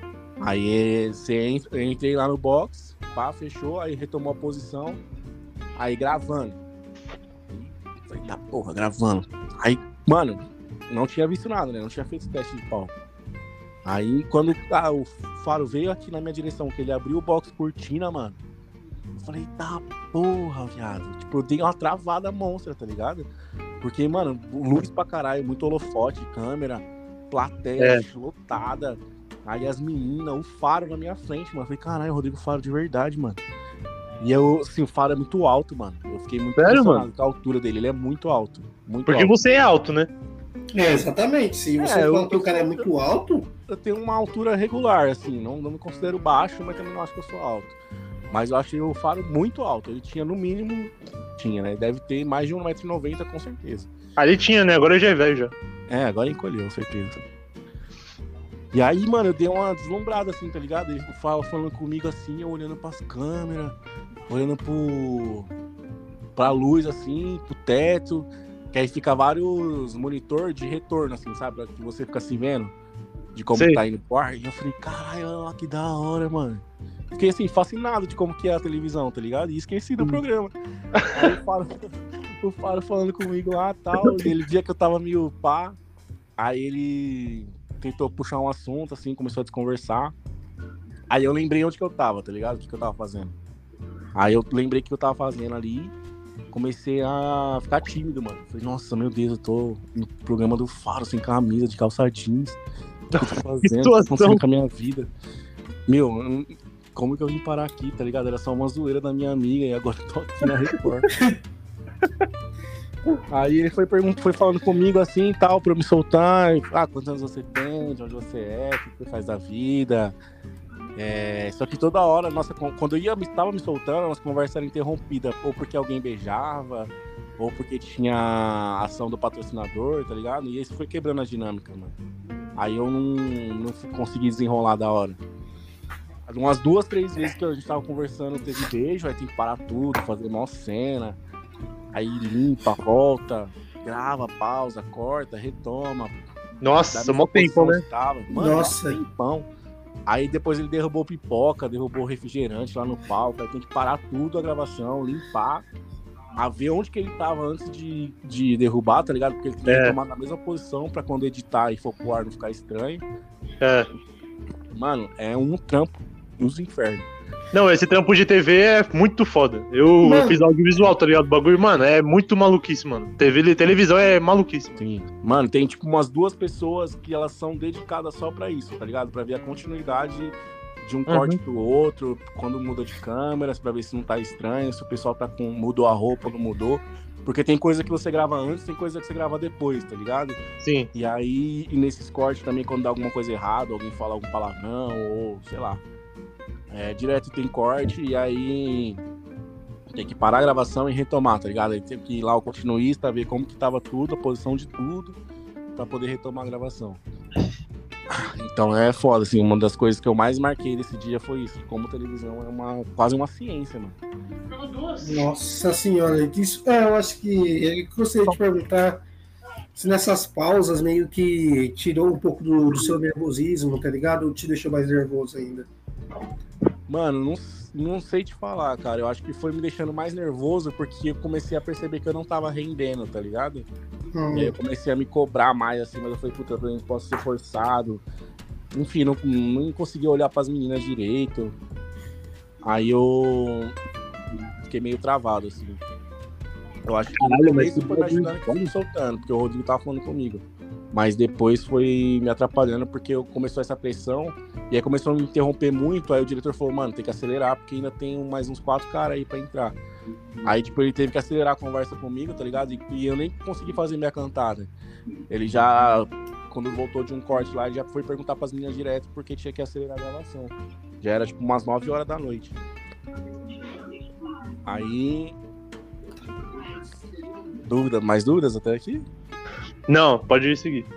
Aí você entra, eu entrei lá no box, pá, fechou, aí retomou a posição, aí gravando. Falei, tá porra, gravando. Aí, mano, não tinha visto nada, né? Não tinha feito teste de palco. Aí quando ah, o Faro veio aqui na minha direção, que ele abriu o box cortina, mano. Eu falei, tá porra, viado. Tipo, eu dei uma travada monstra, tá ligado? Porque, mano, luz pra caralho, muito holofote, câmera, plateia É. lotada. Aí as meninas, o Faro na minha frente, mano. Eu falei, caralho, Rodrigo Faro de verdade, mano. E eu, assim, o Faro é muito alto, mano. Eu fiquei muito Sério, impressionado mano? com a altura dele. Ele é muito alto. Muito Porque alto. você é alto, né? É, exatamente. Se você É, eu- fala que o cara é muito alto, Eu tenho uma altura regular, assim. Não, não me considero baixo, mas também não acho que eu sou alto. Mas eu achei o faro muito alto. Ele tinha, no mínimo, tinha, né? Deve ter mais de um metro e noventa, com certeza. Ali tinha, né? Agora já é velho já. É, agora encolheu, certeza. E aí, mano, eu dei uma deslumbrada, assim, tá ligado? Ele fala, falando comigo, assim, eu olhando pras câmeras, olhando pro... pra luz, assim, pro teto. Que aí fica vários monitor de retorno, assim, sabe? Que você fica se vendo de como Sei. tá indo pro ar. E eu falei, caralho, olha lá que da hora, mano. Fiquei, assim, fascinado de como que é a televisão, tá ligado? E esqueci do programa. Aí eu falo... o Faro falando comigo lá e tal. E ele via que eu tava meio pá. Aí ele tentou puxar um assunto, assim, começou a desconversar. Aí eu lembrei onde que eu tava, tá ligado? O que, que eu tava fazendo. Aí eu lembrei o que eu tava fazendo ali. Comecei a ficar tímido, mano. Falei, nossa, meu Deus, eu tô no programa do Faro, sem camisa, de calça jeans. O que eu tô fazendo? O que eu tô acontecendo com a minha vida? Meu, como que eu vim parar aqui, tá ligado? Era só uma zoeira da minha amiga e agora eu tô aqui na Record. Aí ele foi, pergunt... foi falando comigo assim e tal, pra eu me soltar. Ah, quantos anos você tem? De onde você é? O que você faz da vida? É... Só que toda hora, nossa, quando eu ia, estava me soltando, a nossa conversa era interrompida. Ou porque alguém beijava, ou porque tinha a ação do patrocinador, tá ligado? E isso foi quebrando a dinâmica, mano. Aí eu não, não consegui desenrolar da hora. Umas duas, três vezes que a gente tava conversando, teve beijo, aí tem que parar tudo, fazer mó cena. Aí limpa, volta, grava, pausa, corta, retoma. Nossa, mó tempo, né? Tava. Mano, Nossa. Tempão. Aí depois ele derrubou pipoca, derrubou refrigerante lá no palco. Aí tem que parar tudo a gravação, limpar, a ver onde que ele tava antes de, de derrubar, tá ligado? Porque ele tem que É. tomar na mesma posição pra quando editar e for pro ar não ficar estranho. É. Mano, é um trampo dos infernos. Não, esse trampo de T V é muito foda. Eu, eu fiz audiovisual, tá ligado? O bagulho, mano, é muito maluquice, mano. T V, televisão é maluquice. Sim. Mano, tem tipo umas duas pessoas que elas são dedicadas só pra isso, tá ligado? Pra ver a continuidade de um Uhum. corte pro outro, quando muda de câmeras, pra ver se não tá estranho, se o pessoal tá com... mudou a roupa ou não mudou. Porque tem coisa que você grava antes, tem coisa que você grava depois, tá ligado? Sim. E aí, e nesses cortes também, quando dá alguma coisa errada, alguém fala algum palavrão, ou sei lá. É, direto tem corte, e aí tem que parar a gravação e retomar, tá ligado? Aí tem que ir lá o continuista, ver como que tava tudo, a posição de tudo, pra poder retomar a gravação. Então é foda, assim, uma das coisas que eu mais marquei desse dia foi isso, como televisão é uma, quase uma ciência, mano. Nossa senhora, isso, é, eu acho que eu gostaria de perguntar se nessas pausas meio que tirou um pouco do, do seu nervosismo, tá ligado? Ou te deixou mais nervoso ainda? Mano, não, não sei te falar, cara. Eu acho que foi me deixando mais nervoso porque eu comecei a perceber que eu não tava rendendo, tá ligado? Hum. E aí eu comecei a me cobrar mais, assim, mas eu falei, puta, eu não posso ser forçado. Enfim, não, não consegui olhar pras meninas direito. Aí eu fiquei meio travado, assim. Eu acho que no Caralho, mas começo que foi me ajudando que eu fui soltando, porque o Rodrigo tava falando comigo. Mas depois foi me atrapalhando porque eu começou essa pressão e aí começou a me interromper muito. Aí o diretor falou, mano, tem que acelerar porque ainda tem mais uns quatro caras aí pra entrar. Aí, tipo, ele teve que acelerar a conversa comigo, tá ligado? E, e eu nem consegui fazer minha cantada. Ele já, quando voltou de um corte lá, ele já foi perguntar pras meninas direto porque tinha que acelerar a gravação. Já era, tipo, umas nove horas da noite. Aí... Dúvida, mais dúvidas até aqui? Não, pode ir seguir.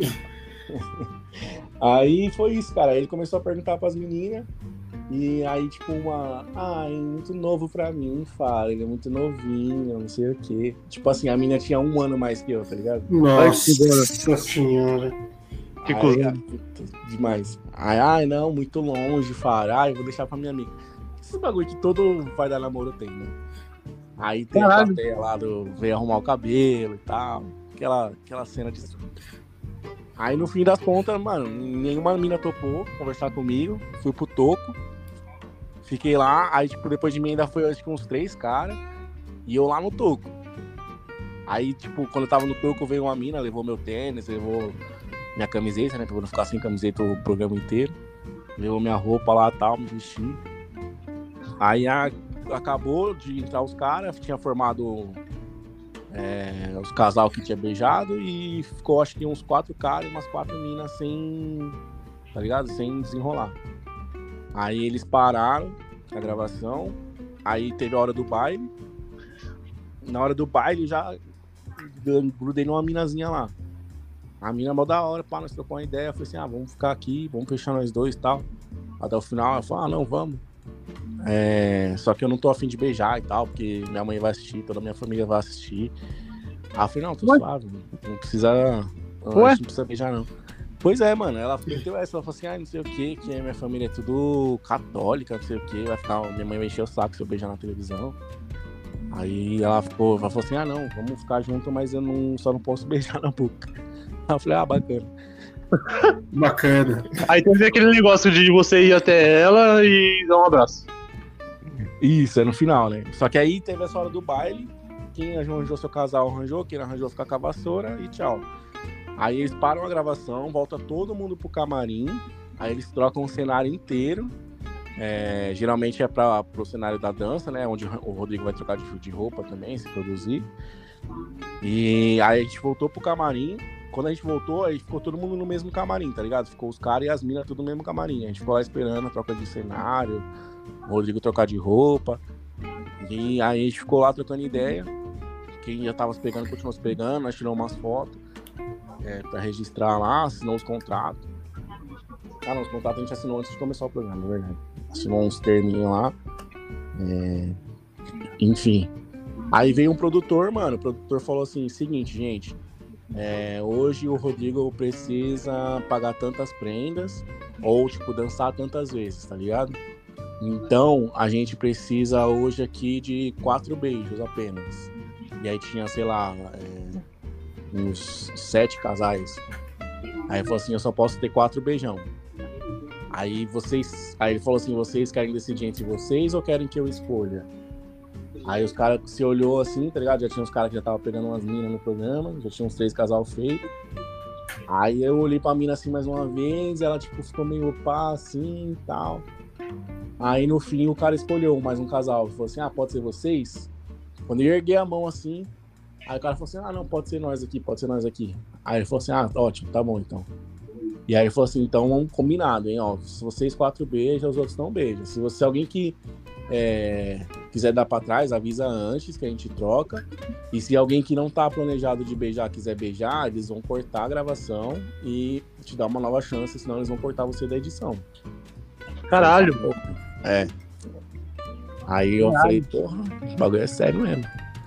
Aí foi isso, cara. Ele começou a perguntar pras meninas. E aí, tipo, uma. Ai, muito novo pra mim, fala. Ele é muito novinho, não sei o quê. Tipo assim, a menina tinha um ano mais que eu, tá ligado? Nossa senhora. Que Aí, coisa. ah, puta, demais. Ai, ai, não, muito longe, fala. Ai, eu vou deixar pra minha amiga. Esse bagulho que todo vai dar namoro tem, né? Aí tem Caralho. a plateia lá do veio arrumar o cabelo e tal. Aquela, aquela cena de. Aí no fim das contas, mano, nenhuma mina topou conversar comigo. Fui pro toco. Fiquei lá, aí tipo, depois de mim ainda foi acho que uns três caras. E eu lá no toco. Aí, tipo, quando eu tava no toco, veio uma mina, levou meu tênis, levou minha camiseta, né? Pra eu não ficar sem camiseta o programa inteiro. Levou minha roupa lá e tal, me vesti. Aí a, acabou de entrar os caras, tinha formado é, os casal que tinha beijado e ficou acho que uns quatro caras e umas quatro minas sem, tá ligado? Sem desenrolar. Aí eles pararam, a gravação. Aí teve a hora do baile. Na hora do baile já grudei numa minazinha lá. A mina mó da hora, pá, nós trocamos uma ideia. Eu falei assim, ah, vamos ficar aqui, vamos fechar nós dois e tal. Até o final, ela falou, ah, não, vamos. É, só que eu não tô afim de beijar e tal, porque minha mãe vai assistir, toda a minha família vai assistir. Aí eu falei, não, tô Ué? suave, não precisa, não, não precisa beijar não. Pois é, mano, ela meteu essa, ela falou assim, ah, não sei o que, que minha família é tudo católica, não sei o que, vai ficar, minha mãe vai encher o saco se eu beijar na televisão. Aí ela ficou, ela falou assim, ah não, vamos ficar junto, mas eu não, só não posso beijar na boca. Aí eu falei, ah, bacana. Bacana. Aí teve aquele negócio de você ir até ela e dar um abraço. Isso, é no final, né? Só que aí teve essa hora do baile, quem arranjou seu casal arranjou, quem arranjou ficar com a vassoura e tchau. Aí eles param a gravação, volta todo mundo pro camarim, aí eles trocam o cenário inteiro. É, geralmente é para pro cenário da dança, né? Onde o Rodrigo vai trocar de, de roupa também, se produzir. E aí a gente voltou pro camarim. Quando a gente voltou, aí ficou todo mundo no mesmo camarim, tá ligado? Ficou os caras e as minas tudo no mesmo camarim. A gente ficou lá esperando a troca de cenário, o Rodrigo trocar de roupa. E aí a gente ficou lá trocando ideia. Quem já tava se pegando, continuou se pegando. Nós tiramos umas fotos é, pra registrar lá, assinou os contratos. Ah, não, os contratos a gente assinou antes de começar o programa, na verdade. Assinou uns terminhos lá. É... Enfim. Aí veio um produtor, mano. O produtor falou assim: seguinte, gente. É, hoje o Rodrigo precisa pagar tantas prendas. Ou, tipo, dançar tantas vezes, tá ligado? Então, a gente precisa hoje aqui de quatro beijos apenas. E aí tinha, sei lá, é, uns sete casais. Aí ele falou assim: eu só posso ter quatro beijão. Aí vocês. Aí ele falou assim: vocês querem decidir entre vocês ou querem que eu escolha? Aí os caras se olhou assim, tá ligado? Já tinha uns caras que já estavam pegando umas minas no programa, já tinha uns três casal feito. Aí eu olhei pra mina assim mais uma vez, ela tipo ficou meio pá assim e tal. Aí no fim o cara escolheu mais um casal. Ele falou assim: ah, pode ser vocês? Quando eu erguei a mão assim, aí o cara falou assim: ah, não, pode ser nós aqui, pode ser nós aqui. Aí ele falou assim: ah, ótimo, tá bom então. E aí ele falou assim: então, combinado, hein, ó, se vocês quatro beijam, os outros não beijam. Se você, alguém que é, quiser dar pra trás, avisa antes que a gente troca. E se alguém que não tá planejado de beijar quiser beijar, eles vão cortar a gravação e te dar uma nova chance, senão eles vão cortar você da edição. Caralho. É. Aí eu Caralho. falei, porra, o bagulho é sério mesmo.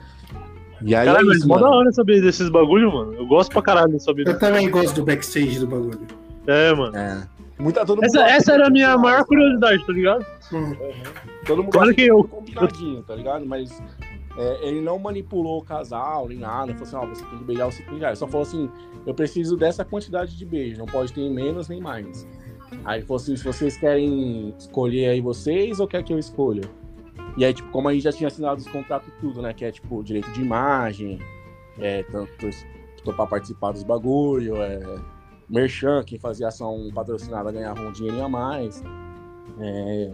E aí caralho, é mas mó da hora saber desses bagulho, mano. Eu gosto pra caralho de saber. Eu também gosto do backstage do bagulho. É, mano. É. Muita, todo mundo essa essa era a minha maior curiosidade, tá ligado? Uhum. Todo mundo claro que eu combinadinho, tá ligado? Mas é, ele não manipulou o casal nem nada. Ele falou assim: ó, oh, você tem que beijar, você tem que beijar. Ele só falou assim: eu preciso dessa quantidade de beijo, não pode ter menos nem mais. Aí ele falou assim: se vocês querem escolher aí vocês ou quer que eu escolha? E aí, tipo, como a gente já tinha assinado os contratos e tudo, né? Que é, tipo, direito de imagem, é, tanto pra participar dos bagulho, é, merchan, quem fazia ação patrocinada ganhava um dinheirinho a mais. É,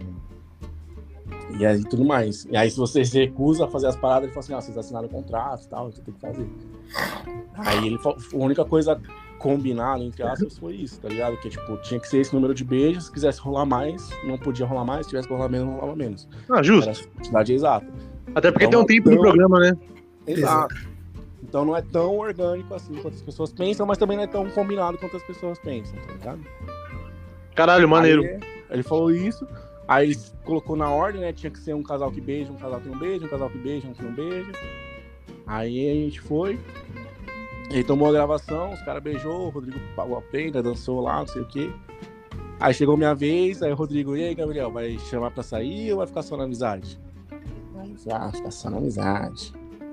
e aí, tudo mais. E aí, se você se recusa a fazer as paradas, ele fala assim: ah, vocês assinaram o contrato e tal, você tem que fazer. Aí ele falou, a única coisa combinada, entre aspas, foi isso, tá ligado? Que, tipo, tinha que ser esse número de beijos, se quisesse rolar mais, não podia rolar mais, se tivesse que rolar menos, não rolava menos. Ah, justo. Era a quantidade exata. Até porque então, tem um tempo tão... de programa, né? Exato. Então não é tão orgânico assim quanto as pessoas pensam, mas também não é tão combinado quanto as pessoas pensam, tá ligado? Caralho, maneiro. Aí, ele falou isso, aí ele colocou na ordem, né? Tinha que ser um casal que beija, um casal que não beija, um casal que beija, um que não beija. Aí a gente foi. Ele tomou a gravação, os caras beijou, o Rodrigo pagou a pena, dançou lá, não sei o quê. Aí chegou minha vez, aí o Rodrigo: e aí, Gabriel, vai chamar pra sair ou vai ficar só na amizade? Aí eu falei: ah, ficar só na amizade.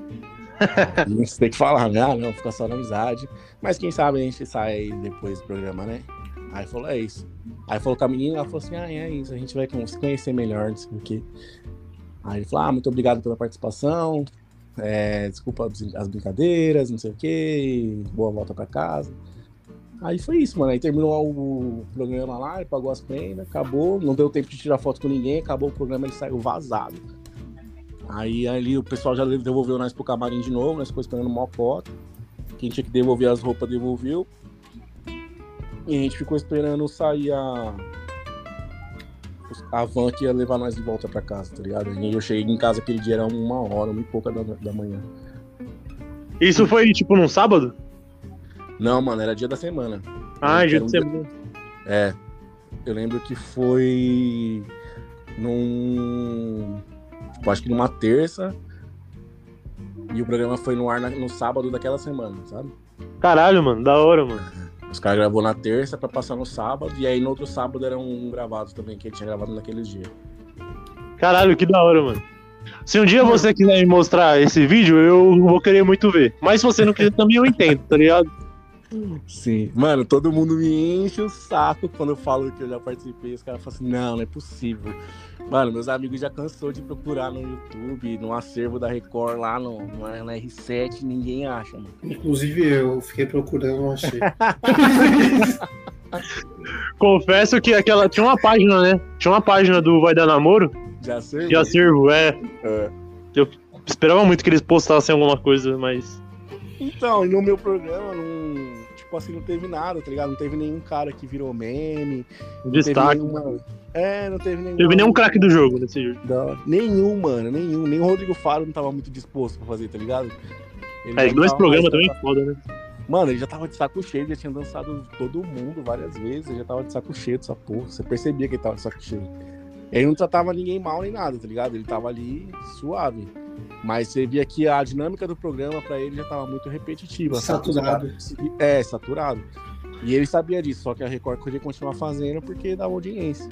Você tem que falar, né? Ah, não, ficar só na amizade. Mas quem sabe a gente sai depois do programa, né? Aí falou: é isso. Aí falou com a menina, ela falou assim: ah, é isso, a gente vai se conhecer melhor, não sei o quê. Aí ele falou: ah, muito obrigado pela participação. É, desculpa as brincadeiras, não sei o que, boa volta pra casa. Aí foi isso, mano. Aí terminou o programa lá, ele pagou as prendas, acabou, não deu tempo de tirar foto com ninguém, acabou o programa, ele saiu vazado. Aí ali o pessoal já devolveu nós pro camarim de novo, nós ficamos esperando uma foto. Quem tinha que devolver as roupas devolveu. E a gente ficou esperando sair a... a van que ia levar nós de volta pra casa, tá ligado? E eu cheguei em casa aquele dia, era uma hora, uma e pouca da, da manhã. Isso foi, tipo, num sábado? Não, mano, era dia da semana. Ah, dia Era um de dia- semana. É. Eu lembro que foi num. Tipo, acho que numa terça. E o programa foi no ar na- no sábado daquela semana, sabe? Caralho, mano, da hora, mano. Os caras gravou na terça pra passar no sábado. E aí no outro sábado era um gravado também, que ele tinha gravado naquele dia. Caralho, que da hora, mano. Se um dia você quiser me mostrar esse vídeo, eu vou querer muito ver. Mas se você não quiser também, eu entendo, tá ligado? Sim. Mano, todo mundo me enche o saco quando eu falo que eu já participei. Os caras falam assim, não, não é possível. Mano, meus amigos já cansou de procurar no YouTube, no acervo da Record, lá no, no, na R sete, ninguém acha, mano. Inclusive eu fiquei procurando, não achei. Confesso que aquela. Tinha uma página, né? Tinha uma página do Vai Dar Namoro Já acervo? de acervo, é. É. Esperava muito que eles postassem alguma coisa, mas. Então, e no meu programa, não, tipo assim, não teve nada, tá ligado? Não teve nenhum cara que virou meme. Não Destaque. Teve nenhuma... É, não teve nenhum. Não teve nenhum craque do jogo nesse jogo. Da- Nenhum, mano, nenhum. Nem o Rodrigo Faro não tava muito disposto pra fazer, tá ligado? Ele É, já dois tava programas mais- também foda, né? Mano, ele já tava de saco cheio, já tinha dançado todo mundo várias vezes, ele já tava de saco cheio dessa porra. Você percebia que ele tava de saco cheio. Ele não tratava ninguém mal nem nada, tá ligado? Ele tava ali suave. Mas você via que a dinâmica do programa pra ele já tava muito repetitiva. sabe? Saturado. É, saturado. E ele sabia disso, só que a Record queria continuar fazendo porque dava audiência.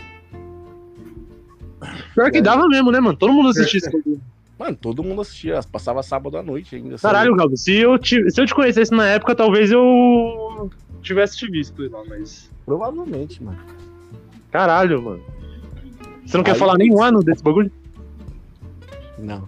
Pior que dava mesmo, né, mano? Todo mundo assistia isso. Mano, todo mundo assistia, passava sábado à noite ainda. Caralho, Gabo, se eu te, se eu te conhecesse na época, talvez eu tivesse te visto lá, mas. Provavelmente, mano. Caralho, mano. Você não quer Aí- falar nem um ano desse bagulho? Não.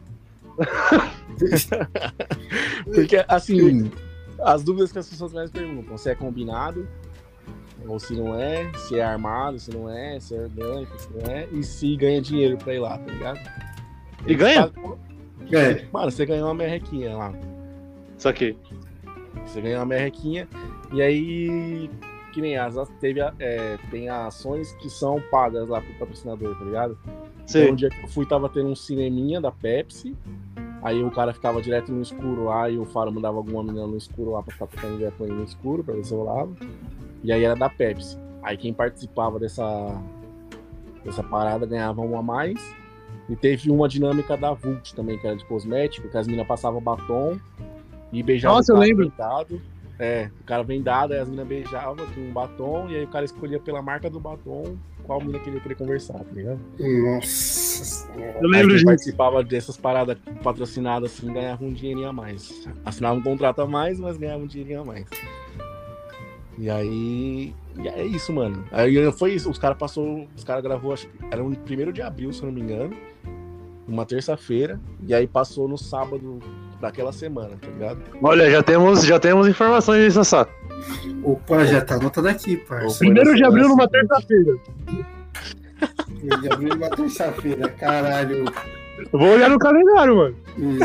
Porque, assim, as dúvidas que as pessoas mais perguntam, se é combinado, ou se não é, se é armado, se não é, se é orgânico, se não é, e se ganha dinheiro pra ir lá, tá ligado? E ganha? É, Mano, você ganhou uma merrequinha lá. Só que. Você ganhou uma merrequinha, e aí, que nem as, teve, a- é, tem ações que são pagas lá pro patrocinador, tá ligado? Então, Sei. um dia que eu fui, tava tendo um cineminha da Pepsi. Aí o cara ficava direto no escuro lá e o Faro mandava alguma menina no escuro lá pra ficar tocando ideia com ele no escuro, pra ver se eu rolava. E aí era da Pepsi. Aí quem participava dessa, dessa parada ganhava uma a mais. E teve uma dinâmica da Vult também, que era de cosmético, que as meninas passavam batom e beijavam Nossa, o eu cara lembro. vendado. É, o cara vendado, aí as meninas beijavam com um batom, e aí o cara escolhia pela marca do batom qual menina que ele queria conversar, tá ligado? nossa senhora. Eu Aí lembro quem disso. participava dessas paradas patrocinadas assim ganhava um dinheirinho a mais. Assinava um contrato a mais, mas ganhava um dinheirinho a mais. E aí. E é isso, mano. Aí foi isso. Os caras passou. Os caras gravou, acho que era no primeiro de abril, se eu não me engano. Uma terça-feira. E aí passou no sábado daquela semana, tá ligado? Olha, já temos, já temos informações aí, Sassá. Opa, já tá anotado aqui, Ou parça. foi Primeiro na de abril, semana numa seguinte. terça-feira. De abril uma terça-feira, caralho. Eu vou olhar no calendário, mano. Hum.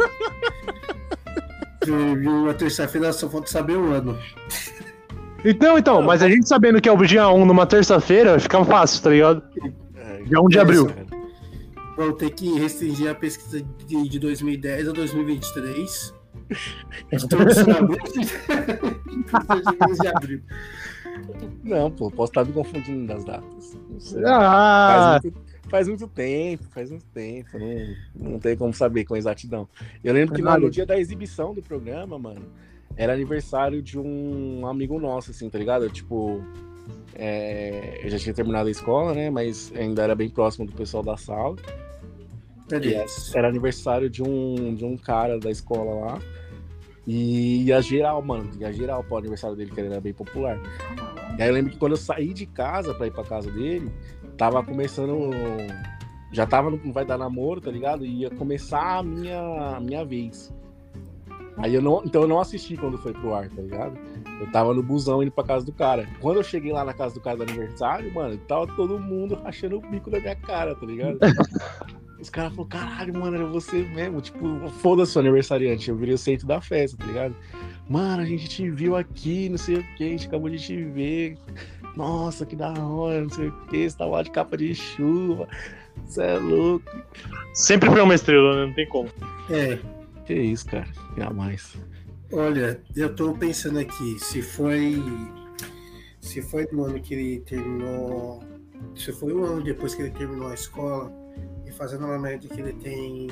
De abril, uma terça-feira, só falta saber o ano. Então, então, mas a gente sabendo que é o dia um numa terça-feira, fica fácil, tá ligado? É, Dia um de É abril. isso, Vou ter que restringir a pesquisa de, de dois mil e dez a dois mil e vinte e três. Estou somente de abril. Não, pô, posso estar me confundindo das datas. Não sei. Ah, Faz muito, faz muito tempo, faz muito tempo. Não, não tem como saber com exatidão. Eu lembro que no, no dia da exibição do programa, mano, era aniversário de um amigo nosso, assim, tá ligado? Tipo, é, eu já tinha terminado a escola, né? Mas ainda era bem próximo do pessoal da sala. Beleza. Era aniversário de um, de um cara da escola lá. E ia geral, mano. Ia geral pro aniversário dele, que ele era bem popular. E aí eu lembro que quando eu saí de casa pra ir pra casa dele, tava começando. Já tava no Vai Dar Namoro, tá ligado? E ia começar a minha, a minha vez. Aí eu não. Então eu não assisti quando foi pro ar, tá ligado? Eu tava no busão indo pra casa do cara. Quando eu cheguei lá na casa do cara do aniversário, mano, tava todo mundo rachando o bico da minha cara, tá ligado? Os caras falaram, caralho, mano, era você mesmo. Tipo, foda-se o aniversariante. Eu virei o centro da festa, tá ligado? Mano, a gente te viu aqui, não sei o que, a gente acabou de te ver. Nossa, que da hora, não sei o que, você tava lá de capa de chuva. Você é louco. Sempre foi uma estrela, né? Não tem como. É, Que isso, cara, jamais. olha, eu tô pensando aqui, se foi. Se foi no ano que ele terminou. Se foi um ano depois que ele terminou a escola, e fazendo uma média que ele tem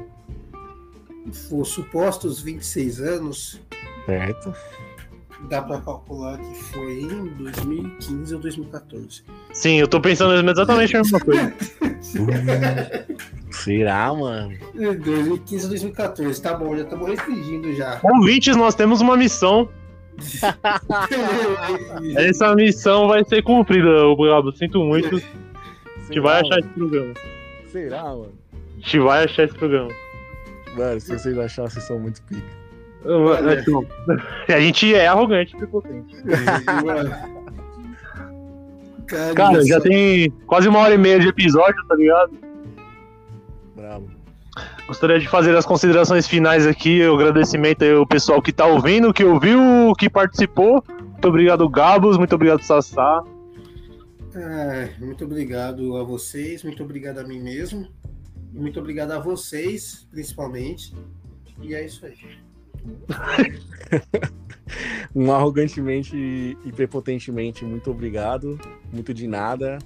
os supostos vinte e seis anos, Certo? dá pra calcular que foi em dois mil e quinze ou dois mil e quatorze. Sim, eu tô pensando exatamente a mesma coisa. Será, mano? dois mil e quinze ou dois mil e quatorze, tá bom, já estamos restringindo já. Ouvintes, nós temos uma missão. Essa missão vai ser cumprida, o Brabo. Sinto muito. A gente vai achar esse programa. Será, mano? A gente vai achar esse programa. Mano, se vocês acharem, vocês são muito pica. A gente é arrogante e prepotente. Cara, Cara, já tem quase uma hora e meia de episódio, tá ligado? Bravo. Gostaria de fazer as considerações finais aqui, o agradecimento aí ao pessoal que tá ouvindo, que ouviu, que participou. Muito obrigado, Gabos, muito obrigado, Sassá. Ah, muito obrigado a vocês, muito obrigado a mim mesmo, e muito obrigado a vocês, principalmente. E é isso aí. Um arrogantemente e prepotentemente, muito obrigado. Muito de nada.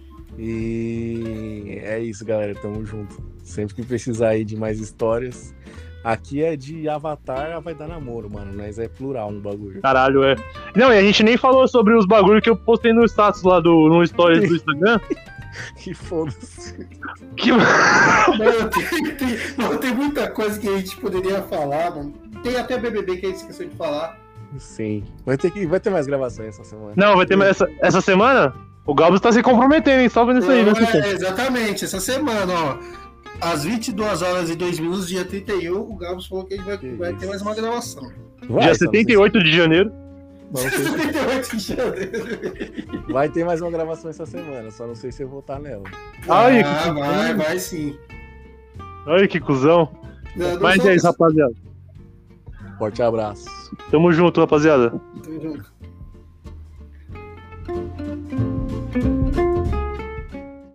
E é isso, galera. Tamo junto. Sempre que precisar aí de mais histórias. Aqui é de Avatar, vai dar namoro, mano. Mas é plural no bagulho. Caralho, é. Não, e a gente nem falou sobre os bagulhos que eu postei no status lá do no stories do Instagram. Que foda-se. Que... Mano, tem, tem, mano, tem muita coisa que a gente poderia falar, mano. Tem até B B B que a gente esqueceu de falar. Sim. Vai ter, que, vai ter mais gravações essa semana. Não, vai ter mais essa, essa semana? O Gabos tá se comprometendo, hein? Só vendo isso aí, né? É, exatamente, essa semana, ó. Às vinte e duas horas e dois minutos, dia trinta e um, o Gabos falou que ele vai, vai ter mais uma gravação. Vai, dia setenta e oito de janeiro. setenta e oito de janeiro. Vai ter mais uma gravação essa semana, só não sei se eu vou estar nela. Ai, ah, que... vai, vai sim. Ai, que cuzão. Não, não Mas sou- é isso, rapaziada. Forte abraço. Tamo junto, rapaziada. Tamo junto.